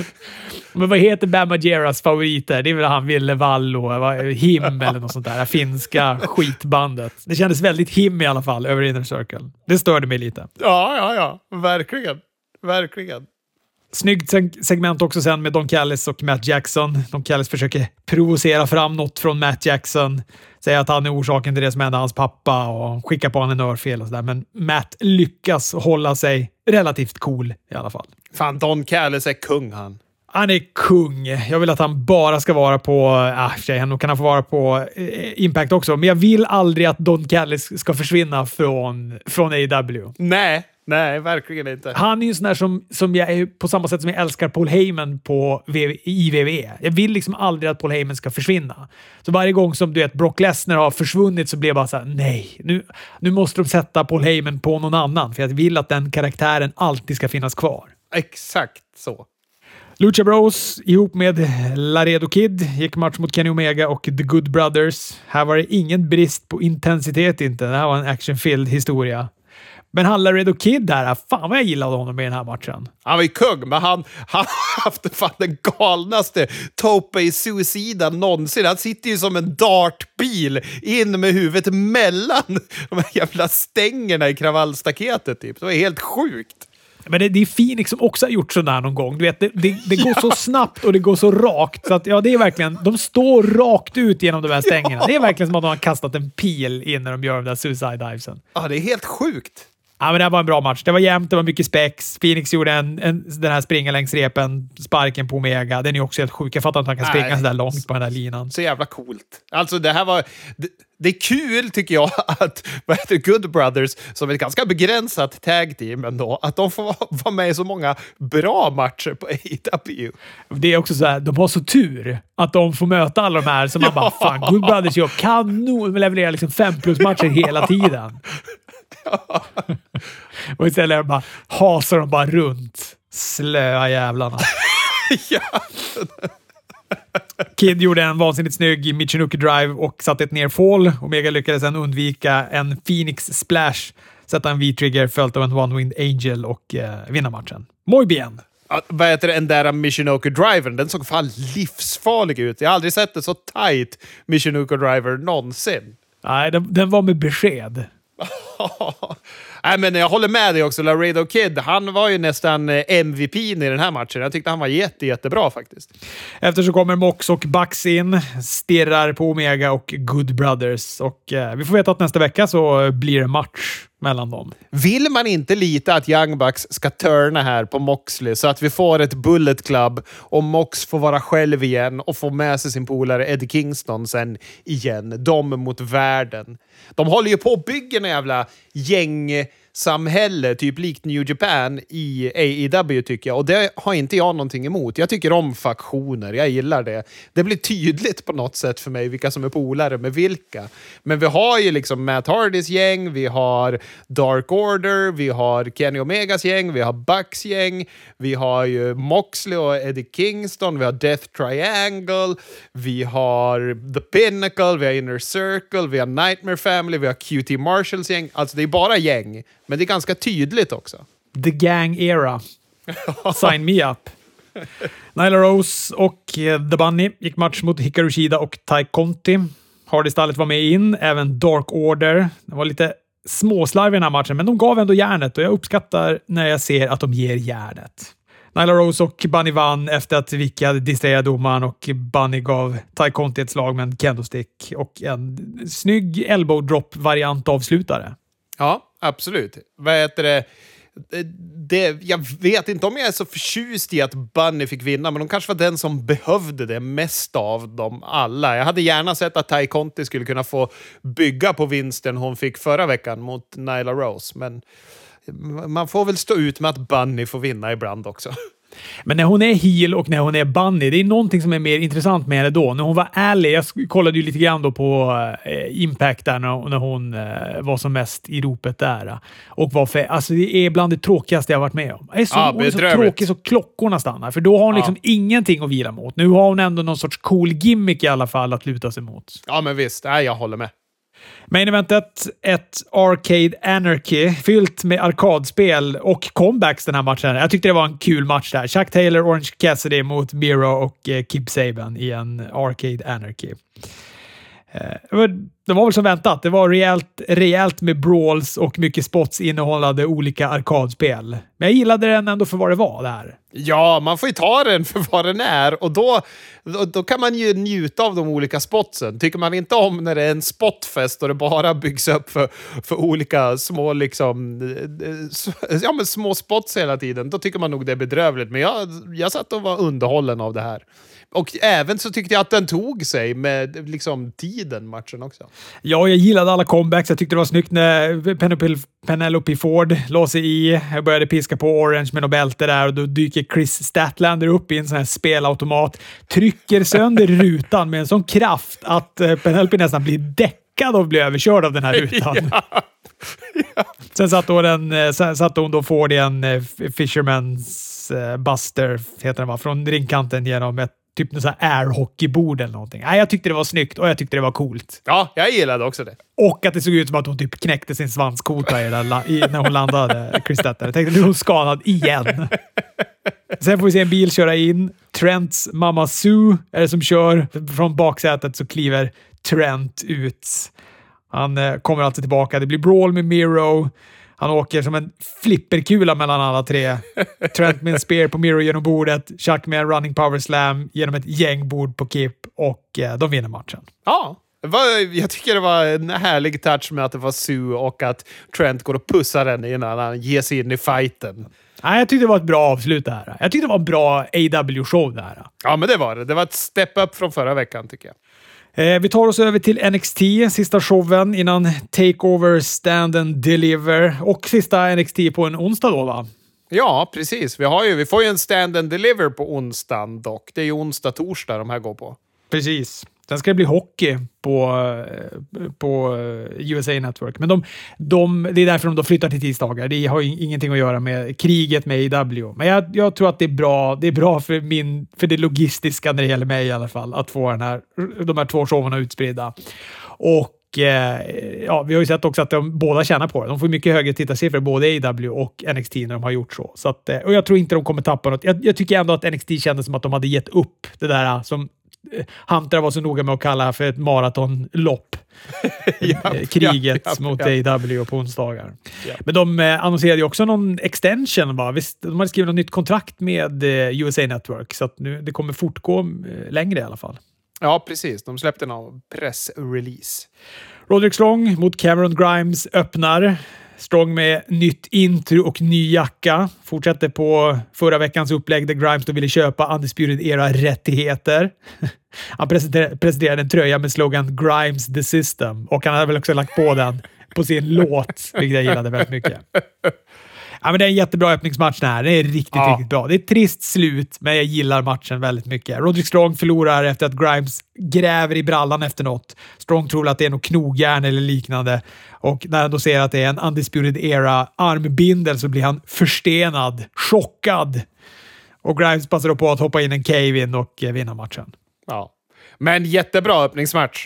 Men vad heter Bam Margeras favoriter? Det är väl han Ville Vallo, Him eller något sånt där. Finska skitbandet. Det kändes väldigt him i alla fall över Inner Circle. Det störde mig lite.
Ja, ja, ja. Verkligen. Verkligen.
Snyggt segment också sen med Don Callis och Matt Jackson. Don Callis försöker provocera fram något från Matt Jackson. Säger att han är orsaken till det som hände hans pappa och skickar på honom en örfel och sådär. Men Matt lyckas hålla sig relativt cool i alla fall.
Fan, Don Callis är kung han.
Han är kung. Jag vill att han bara ska vara på... Ah, tjej, han kan få vara på eh, Impact också. Men jag vill aldrig att Don Callis ska försvinna från, från A E W.
Nej, nej, verkligen inte.
Han är ju en sån där som, som jag är på samma sätt som jag älskar Paul Heyman på v, i W W E. Jag vill liksom aldrig att Paul Heyman ska försvinna. Så varje gång som du vet Brock Lesnar har försvunnit så blir jag bara så här: nej, nu, nu måste de sätta Paul Heyman på någon annan. För jag vill att den karaktären alltid ska finnas kvar.
Exakt så.
Lucha Bros ihop med Laredo Kid gick match mot Kenny Omega och The Good Brothers. Här var det ingen brist på intensitet inte. Det här var en action-filled historia. Men han Laredo Kid där, fan vad jag gillade honom i den här matchen.
Han var ju kung, men han har haft fan den galnaste Tope-suicidan någonsin. Han sitter ju som en dartbil in med huvudet mellan de här jävla stängerna i kravallstaketet typ. Det var helt sjukt.
Men det, det är Phoenix som också har gjort sådär någon gång. Du vet, det, det, det går ja. så snabbt och det går så rakt. Så att, ja, det är verkligen, de står rakt ut genom de här stängerna. Ja. Det är verkligen som att de har kastat en pil in när de gör de där suicide divesen.
Ja, det är helt sjukt.
Ja, men det var en bra match. Det var jämnt, det var mycket spex. Phoenix gjorde en, en, den här springa längs repen, sparken på Omega. Den är också helt sjuk. Jag fattar att man kan springa så där långt på den här linan.
Så jävla coolt. Alltså det här var... Det, det är kul tycker jag att vad heter Good Brothers, som är ett ganska begränsat tag team ändå, att de får vara med i så många bra matcher på A E W.
Det är också så här, de har så tur att de får möta alla de här som man bara, fan, Good Brothers gör kanon, levererar liksom fem plus matcher hela tiden. Ja. Och istället bara hasar de bara runt. Slöa jävlarna. Ja. Kid gjorde en vansinnigt snygg Michinoku Drive och satte ett nerfall. Omega lyckades sen undvika en Phoenix Splash, sätta en V-trigger följt av en One-Winged Angel och eh, vinna matchen. Muy bien.
Ja, vad heter den där Michinoku Drivern? Den såg fan livsfarlig ut. Jag har aldrig sett en så tight Michinoku Driver någonsin.
Nej, den, den var med besked.
Nej, men jag håller med dig också. Laredo Kid, han var ju nästan M V P i den här matchen. Jag tyckte han var jätte, jättebra faktiskt.
Efter så kommer Mox och Bucks in, stirrar på Omega och Good Brothers. Och eh, vi får veta att nästa vecka så blir det match mellan dem.
Vill man inte lite att Young Bucks ska turna här på Moxley så att vi får ett Bullet Club och Mox får vara själv igen och få med sig sin polare Eddie Kingston sen igen. De mot världen. De håller ju på att bygga en jävla gängsamhälle, typ likt New Japan i A E W tycker jag. Och det har inte jag någonting emot. Jag tycker om faktioner, jag gillar det. Det blir tydligt på något sätt för mig vilka som är polare med vilka. Men vi har ju liksom Matt Hardys gäng, vi har Dark Order, vi har Kenny Omegas gäng, vi har Bucks gäng, vi har ju Moxley och Eddie Kingston, vi har Death Triangle, vi har The Pinnacle, vi har Inner Circle, vi har Nightmare Family, vi har Q T Marshalls gäng. Alltså det är bara gäng, men det är ganska tydligt också.
The Gang Era. Sign me up. Nyla Rose och The Bunny gick match mot Hikaru Shida och Tai Conti. Hardy-stallet var med in, även Dark Order. Det var lite småslarv i den här matchen, men de gav ändå järnet och jag uppskattar när jag ser att de ger järnet. Nyla Rose och Bunny vann efter att Vicky hade distraherat domaren och Bunny gav Tai Conti ett slag med en kendo-stick och en snygg elbow drop-variant avslutare.
Ja, absolut. Vad heter det? Det, jag vet inte om jag är så förtjust i att Bunny fick vinna, men de kanske var den som behövde det mest av dem alla. Jag hade gärna sett att Tai Conti skulle kunna få bygga på vinsten hon fick förra veckan mot Nyla Rose, men man får väl stå ut med att Bunny får vinna ibland också.
Men när hon är heel och när hon är Bunny, det är någonting som är mer intressant med henne då. När hon var ärlig, jag kollade ju lite grann då på eh, Impact där när, när hon eh, var som mest i ropet där. Och varför, alltså det är bland det tråkigaste jag varit med om. Det är så,
ja,
hon är så tråkig så klockorna stannar. För då har hon liksom ja. ingenting att vila mot. Nu har hon ändå någon sorts cool gimmick i alla fall att luta sig mot.
Ja, men visst. Nej, jag håller med.
Main eventet, ett Arcade Anarchy fyllt med arkadspel och comebacks den här matchen. Jag tyckte det var en kul match där. Chuck Taylor, Orange Cassidy mot Miro och eh, Kip Saban i en Arcade Anarchy. Eh, det var väl som väntat. Det var rejält, rejält med brawls och mycket spots innehållande olika arkadspel. Men jag gillade den ändå för vad det var där.
Ja, man får ju ta den för vad den är och då, då, då kan man ju njuta av de olika spotsen. Tycker man inte om när det är en spotfest och det bara byggs upp för, för olika små liksom, ja, men små spots hela tiden, då tycker man nog det är bedrövligt. Men jag, jag satt och var underhållen av det här. Och även så tyckte jag att den tog sig med liksom tiden, matchen också.
Ja, jag gillade alla comebacks. Jag tyckte det var snyggt när Penelope, Penelope Ford la sig i. Jag började piska på Orange med något bälte där och då dyker Chris Statlander upp i en sån här spelautomat. Trycker sönder rutan med en sån kraft att Penelope nästan blir däckad och blir överkörd av den här rutan. Ja. Ja. Sen satt hon, en, sen satt hon då Ford i en Fisherman's Buster, heter den va, från ringkanten genom ett typ någon sån här airhockeybord eller någonting. Nej, jag tyckte det var snyggt och jag tyckte det var coolt.
Ja, jag gillade också det.
Och att det såg ut som att hon typ knäckte sin svanskota i där, i, när hon landade, Chris Statler. Jag tänkte, nu är hon skadad igen. Sen får vi se en bil köra in. Trents mamma Sue är det som kör. Från baksätet så kliver Trent ut. Han eh, kommer alltid tillbaka. Det blir brawl med Miro. Han åker som en flipperkula mellan alla tre. Trent med en spear på Miro genom bordet. Chuck med en running power slam genom ett gängbord på Kip. Och eh, de vinner matchen.
Ja, jag tycker det var en härlig touch med att det var Sue och att Trent går och pussar henne innan han ger sig in i fighten.
Nej, jag tyckte det var ett bra avslut där. Jag tyckte det var en bra A W-show där.
Ja, men det var det. Det var ett step up från förra veckan tycker jag.
Eh, vi tar oss över till N X T, sista showen innan Takeover, Stand and Deliver och sista N X T på en onsdag då, va?
Ja, precis. Vi, har ju, vi får ju en Stand and Deliver på onsdagen dock. Det är ju onsdag, torsdag de här går på.
Precis. Sen ska det bli hockey på, på U S A Network. Men de, de, det är därför de då flyttar till tisdagar. Det har ju ingenting att göra med kriget med A E W. Men jag, jag tror att det är bra, det är bra för, min, för det logistiska när det gäller mig i alla fall. Att få den här, de här två showerna utspridda. Och ja, vi har ju sett också att de båda tjänar på det. De får mycket högre tittarsiffror, både A E W och N X T när de har gjort så. så att, och jag tror inte de kommer tappa något. Jag, jag tycker ändå att N X T kändes som att de hade gett upp det där som Hunter var så noga med att kalla för ett maratonlopp. ja, Kriget ja, ja, mot ja. A E W på onsdagar. Ja. Men de eh, annonserade ju också någon extension. Va? Visst, de hade skrivit något nytt kontrakt med eh, U S A Network. Så att nu, det kommer fortgå eh, längre i alla fall.
Ja, precis. De släppte någon pressrelease.
Roderick Strong mot Cameron Grimes öppnar. Strong med nytt intro och ny jacka. Fortsätter på förra veckans upplägg där Grimes då ville köpa Undisputed Era-rättigheter. Han presenterade, presenterade en tröja med slogan Grimes the System. Och han hade väl också lagt på den på sin låt, vilket jag gillade väldigt mycket. Ja, men det är en jättebra öppningsmatch det här. Det är riktigt, ja. riktigt bra. Det är ett trist slut, men jag gillar matchen väldigt mycket. Roderick Strong förlorar efter att Grimes gräver i brallan efter något. Strong tror att det är något knogjärn eller liknande. Och när han då ser att det är en Undisputed Era armbindel så blir han förstenad, chockad. Och Grimes passar då på att hoppa in en cave-in och vinna matchen.
Ja, men jättebra öppningsmatch.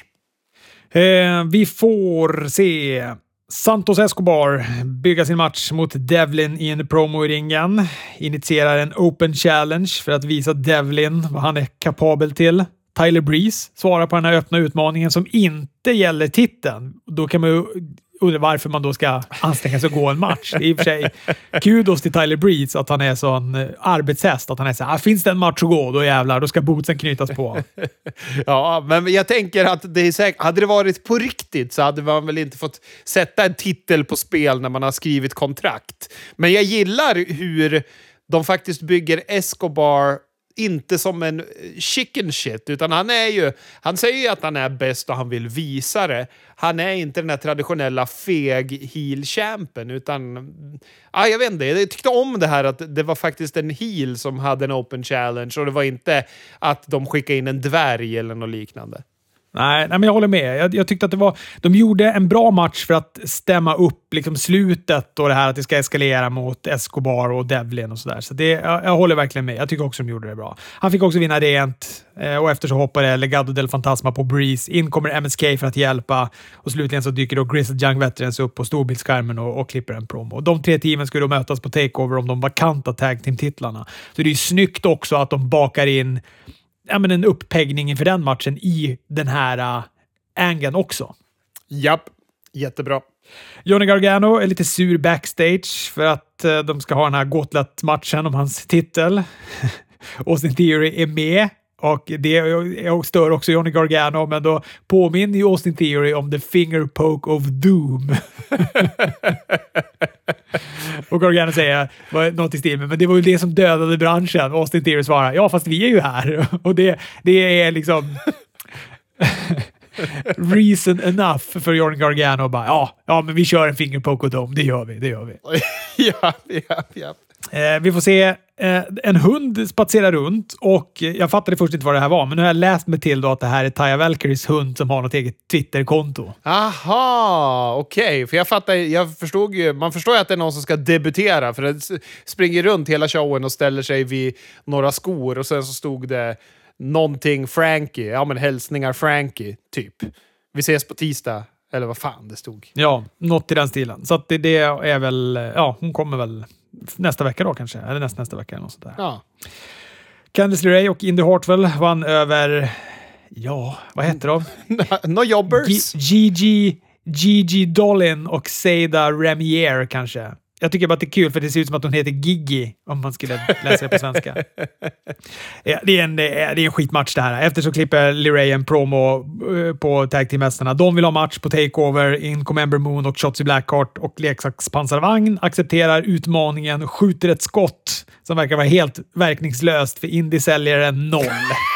Eh, vi får se Santos Escobar bygga sin match mot Devlin i en promo i ringen. Initierar en open challenge för att visa Devlin vad han är kapabel till. Tyler Breeze svarar på den här öppna utmaningen som inte gäller titeln. Då kan man ju undra varför man då ska anstränga sig att gå en match. Det är i och för sig kudos till Tyler Breeze att han är sån arbetshäst. Att han är så här, finns det en match att gå, då jävlar, då ska bootsen knytas på.
Ja, men jag tänker att det är säkert, hade det varit på riktigt så hade man väl inte fått sätta en titel på spel när man har skrivit kontrakt. Men jag gillar hur de faktiskt bygger Escobar inte som en chicken shit, utan han är ju, han säger ju att han är bäst och han vill visa det. Han är inte den här traditionella feg heel-champen, utan ja, jag vet inte, jag tyckte om det här att det var faktiskt en heel som hade en open challenge och det var inte att de skickade in en dvärg eller något liknande.
Nej, nej, men jag håller med. Jag, jag tyckte att det var... De gjorde en bra match för att stämma upp liksom slutet och det här att det ska eskalera mot Escobar och Devlin och sådär. Så det, jag, jag håller verkligen med. Jag tycker också de gjorde det bra. Han fick också vinna rent eh, och efter så hoppade Legado del Fantasma på Breeze. In kommer M S K för att hjälpa och slutligen så dyker då Grizzled Young Veterans upp på storbildsskärmen och, och klipper en promo. De tre teamen skulle då mötas på Takeover om de vakanta tag team-titlarna. Så det är ju snyggt också att de bakar in ja, men en uppeggning inför den matchen i den här uh, angeln också.
Japp, jättebra.
Johnny Gargano är lite sur backstage för att uh, de ska ha den här Gauntlet-matchen om hans titel. Austin Theory är med och det jag stör också Johnny Gargano, men då påminner ju Austin Theory om the finger poke of doom. Och Gargano säger var något i stil med, men det var ju det som dödade branschen. Austin Theory svarar, ja fast vi är ju här. Och det, det är liksom reason enough för Johnny Gargano att bara, ja, ja men vi kör en finger poke of doom, det gör vi, det gör vi.
ja, ja, ja.
Eh, vi får se eh, en hund spatsera runt och jag fattade först inte vad det här var, men nu har jag läst mig till då att det här är Taya Valkyries hund som har något eget Twitter-konto.
Aha, okej. Okay. För jag fattar, jag förstod ju, man förstår ju att det är någon som ska debutera för det springer runt hela showen och ställer sig vid några skor och sen så stod det någonting Frankie, ja men hälsningar Frankie, typ. Vi ses på tisdag, eller vad fan det stod.
Ja, något i den stilen. Så att det, det är väl, ja, hon kommer väl nästa vecka då kanske, eller nästa nästa vecka eller något sånt där.
Ja.
Candice LeRae och Indy Hartwell vann över, ja, vad heter de?
No jobbers.
Gigi, Gigi Dolan och Seda Ramier kanske. Jag tycker bara att det är kul för det ser ut som att hon heter Gigi om man skulle läsa det på svenska. Ja, det, är en, det är en skitmatch det här. Efter så klipper LeRae en promo på tag team-mästarna. De vill ha match på Takeover. In kommer Ember Moon och Shotzi Blackheart och leksakspansarvagn accepterar utmaningen, skjuter ett skott som verkar vara helt verkningslöst för Indy säljer en noll.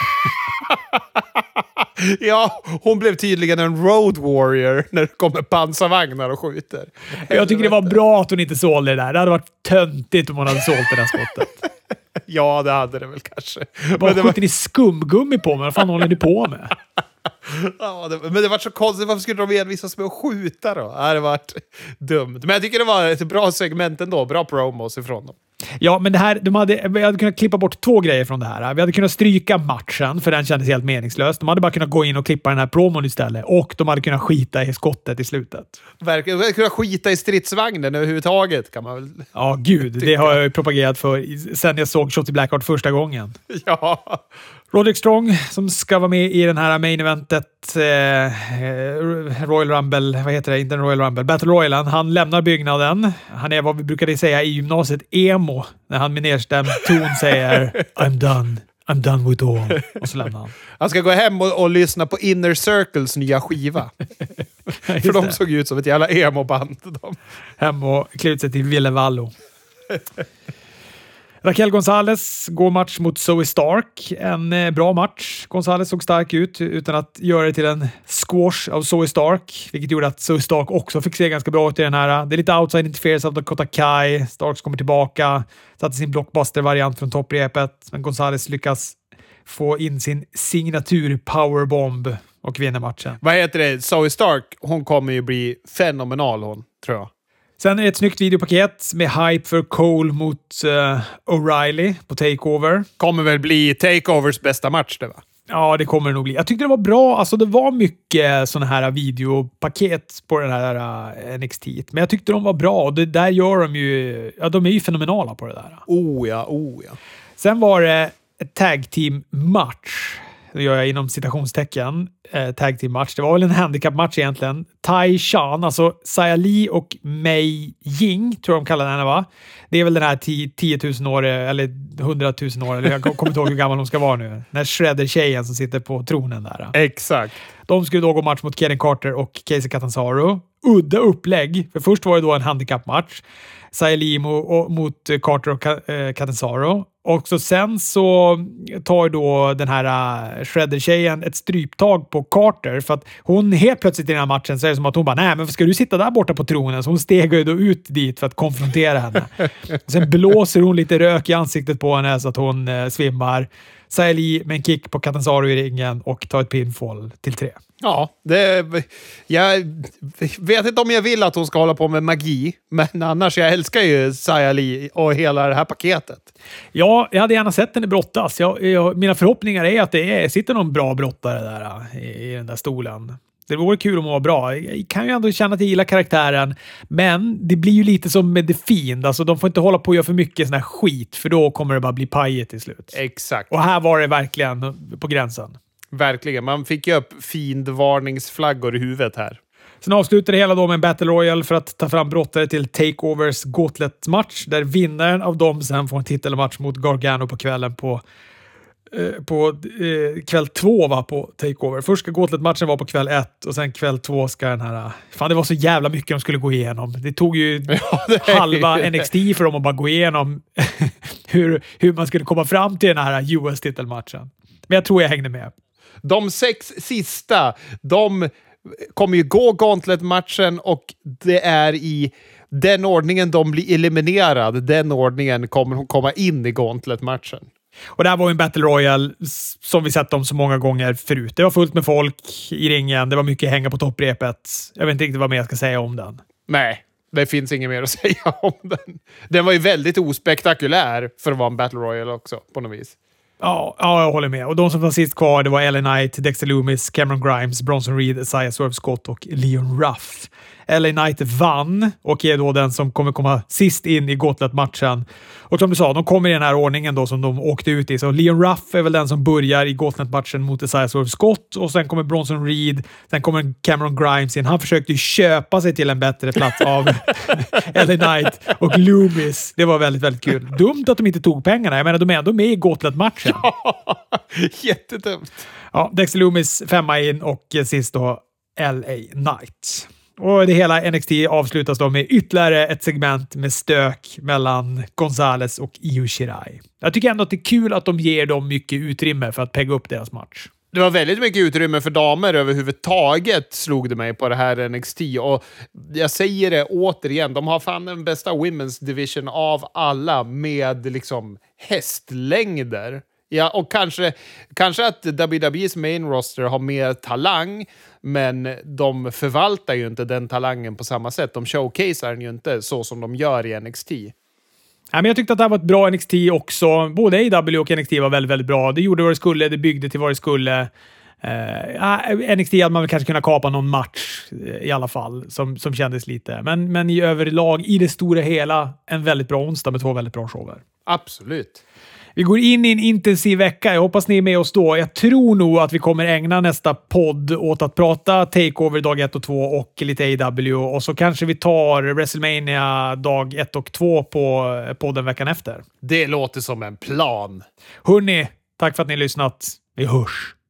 Ja, hon blev tydligen en road warrior när det kommer pansarvagnar och skjuter.
Jag tycker det var bra att hon inte sålde det där. Det hade varit töntigt om hon hade sålt det där skottet.
Ja, det hade det väl kanske.
Bara
men
skjuter ni skumgummi på mig? Vad fan håller ni på med?
Ja, det, men det var så konstigt. Varför skulle de envisas med att skjuta då? Det hade varit dumt. Men jag tycker det var ett bra segment ändå. Bra promos ifrån dem.
Ja, men det här, de hade, vi hade kunnat klippa bort två grejer från det här. Vi hade kunnat stryka matchen, för den kändes helt meningslös. De hade bara kunnat gå in och klippa den här promon istället. Och de hade kunnat skita i skottet i slutet. Verkligen.
De hade kunnat skita i stridsvagnen överhuvudtaget, kan man väl.
Ja, gud. Det har jag ju propagerat för sen jag såg Shotzi Blackheart första gången.
Ja.
Roderick Strong, som ska vara med i den här main eventet eh, Royal Rumble, vad heter det? Inte Royal Rumble, Battle Royalen. Han lämnar byggnaden. Han är vad vi brukade säga i gymnasiet, emo, när han med nedstämd ton säger I'm done. I'm done with all. Och så lämnar han.
Han ska gå hem och, och lyssna på Inner Circles nya skiva. För de såg ut som ett jävla emo-band. De.
Hem och klä ut sig till Ville Vallo. Raquel Gonzalez går match mot Zoe Stark. En eh, bra match. Gonzalez såg stark ut utan att göra det till en squash av Zoe Stark, vilket gjorde att Zoe Stark också fick se ganska bra ut i den här. Det är lite outside interference av Dakota Kai. Starks kommer tillbaka, satte sin blockbuster-variant från topprepet, men Gonzalez lyckas få in sin signatur powerbomb och vinner matchen.
Vad heter det? Zoe Stark, hon kommer ju bli fenomenal hon, tror jag.
Sen är det ett snyggt videopaket med hype för Cole mot uh, O'Reilly på Takeover.
Kommer väl bli Takeovers bästa match det, va?
Ja, det kommer det nog bli. Jag tyckte det var bra. Alltså, det var mycket såna här videopaket på den här uh, N X T. Men jag tyckte de var bra. Och det där gör de ju... Ja, de är ju fenomenala på det där.
Oh ja, oh ja.
Sen var det ett tag team match. Det gör jag inom citationstecken. Eh, tag team match. Det var väl en handicap-match egentligen. Tai Shan, alltså Xia Li och Mei Ying, tror jag de kallar henne, va? Det är väl den här tio tusen år eller hundra tusen år, eller jag kommer inte ihåg hur gammal hon ska vara nu. Den här Shredder-tjejen som sitter på tronen där.
Exakt.
De skulle då gå match mot Karen Carter och Casey Catanzaro. Udda upplägg. För först var det då en handicap-match. Xia Li mot Carter och Catanzaro. och så sen så tar då den här uh, Shredder-tjejen ett stryptag på Carter för att hon helt plötsligt i den här matchen så är det som att hon bara, nej men ska du sitta där borta på tronen? Så hon stegar ju då ut dit för att konfrontera henne. Och sen blåser hon lite rök i ansiktet på henne så att hon uh, svimmar. Xia Li med en kick på Catanzaro i ringen och tar ett pinfall till tre.
Ja, det, jag vet inte om jag vill att hon ska hålla på med magi, men annars jag älskar ju Xia Li och hela det här paketet.
Ja, jag hade gärna sett henne brottas. Jag, jag, mina förhoppningar är att det är, sitter någon bra brottare där i, i den där stolen. Det vore kul om hon var bra. Jag kan ju ändå känna att jag gillar karaktären, men det blir ju lite som med The Fiend. Alltså, de får inte hålla på och göra för mycket sån här skit, för då kommer det bara bli pajet till slut.
Exakt.
Och här var det verkligen på gränsen.
Verkligen. Man fick ju upp Fiend-varningsflaggor i huvudet här.
Sen avslutar det hela då med en Battle Royale för att ta fram brottare till Takeovers Gauntlet-match, där vinnaren av dem sen får en titelmatch mot Gargano på kvällen på eh, på eh, kväll två va, på Takeover. Först ska Gauntlet-matchen vara på kväll ett och sen kväll två ska den här... Fan, det var så jävla mycket de skulle gå igenom. Det tog ju ja, det halva N X T för dem att bara gå igenom hur, hur man skulle komma fram till den här U S-titelmatchen. Men jag tror jag hängde med.
De sex sista, de kommer ju gå Gauntlet-matchen och det är i den ordningen de blir eliminerad. Den ordningen kommer hon komma in i Gauntlet-matchen.
Och det här var en Battle Royale som vi sett dem så många gånger förut. Det var fullt med folk i ringen. Det var mycket hänga på topprepet. Jag vet inte riktigt vad mer jag ska säga om den.
Nej, det finns inget mer att säga om den. Den var ju väldigt ospektakulär för att vara en Battle Royale också, på något vis.
Ja, ja, jag håller med. Och de som var sist kvar, det var L A Knight, Dexter Loomis, Cameron Grimes, Bronson Reed, Isaiah Swerve Scott och Leon Ruff. L A Knight vann och är då den som kommer komma sist in i Gauntlet-matchen. Och som du sa, de kommer i den här ordningen då som de åkte ut i. Så Leon Ruff är väl den som börjar i Gauntlet-matchen mot Isaiah Swerve Scott och sen kommer Bronson Reed, sen kommer Cameron Grimes in. Han försökte ju köpa sig till en bättre plats av L A Knight och Loomis. Det var väldigt, väldigt kul. Dumt att de inte tog pengarna. Jag menar, de är ändå med i Gauntlet-matchen.
Ja, jättedumt.
Ja, Dexter Loomis femma in och sist då L A Knight. Och det hela N X T avslutas då med ytterligare ett segment med stök mellan Gonzalez och Io Shirai. Jag tycker ändå att det är kul att de ger dem mycket utrymme för att pegga upp deras match.
Det var väldigt mycket utrymme för damer överhuvudtaget, slog det mig på det här N X T. Och jag säger det återigen, de har fan den bästa women's division av alla med liksom hästlängder. Ja, och kanske, kanske att W W E:s main roster har mer talang, men de förvaltar ju inte den talangen på samma sätt. De showcasear den ju inte så som de gör i N X T.
Ja, men jag tyckte att det här var ett bra N X T också. Både A E W och N X T var väldigt, väldigt bra. Det gjorde vad det skulle, det byggde till vad det skulle. Uh, N X T hade man väl kanske kunnat kapa någon match i alla fall, som, som kändes lite. Men, men i överlag, i det stora hela, en väldigt bra onsdag med två väldigt bra shower.
Absolut.
Vi går in i en intensiv vecka. Jag hoppas ni är med oss då. Jag tror nog att vi kommer ägna nästa podd åt att prata Takeover dag ett och två och lite A E W. Och så kanske vi tar WrestleMania dag ett och två på podden veckan efter.
Det låter som en plan.
Hörrni, tack för att ni har lyssnat. Vi hörs.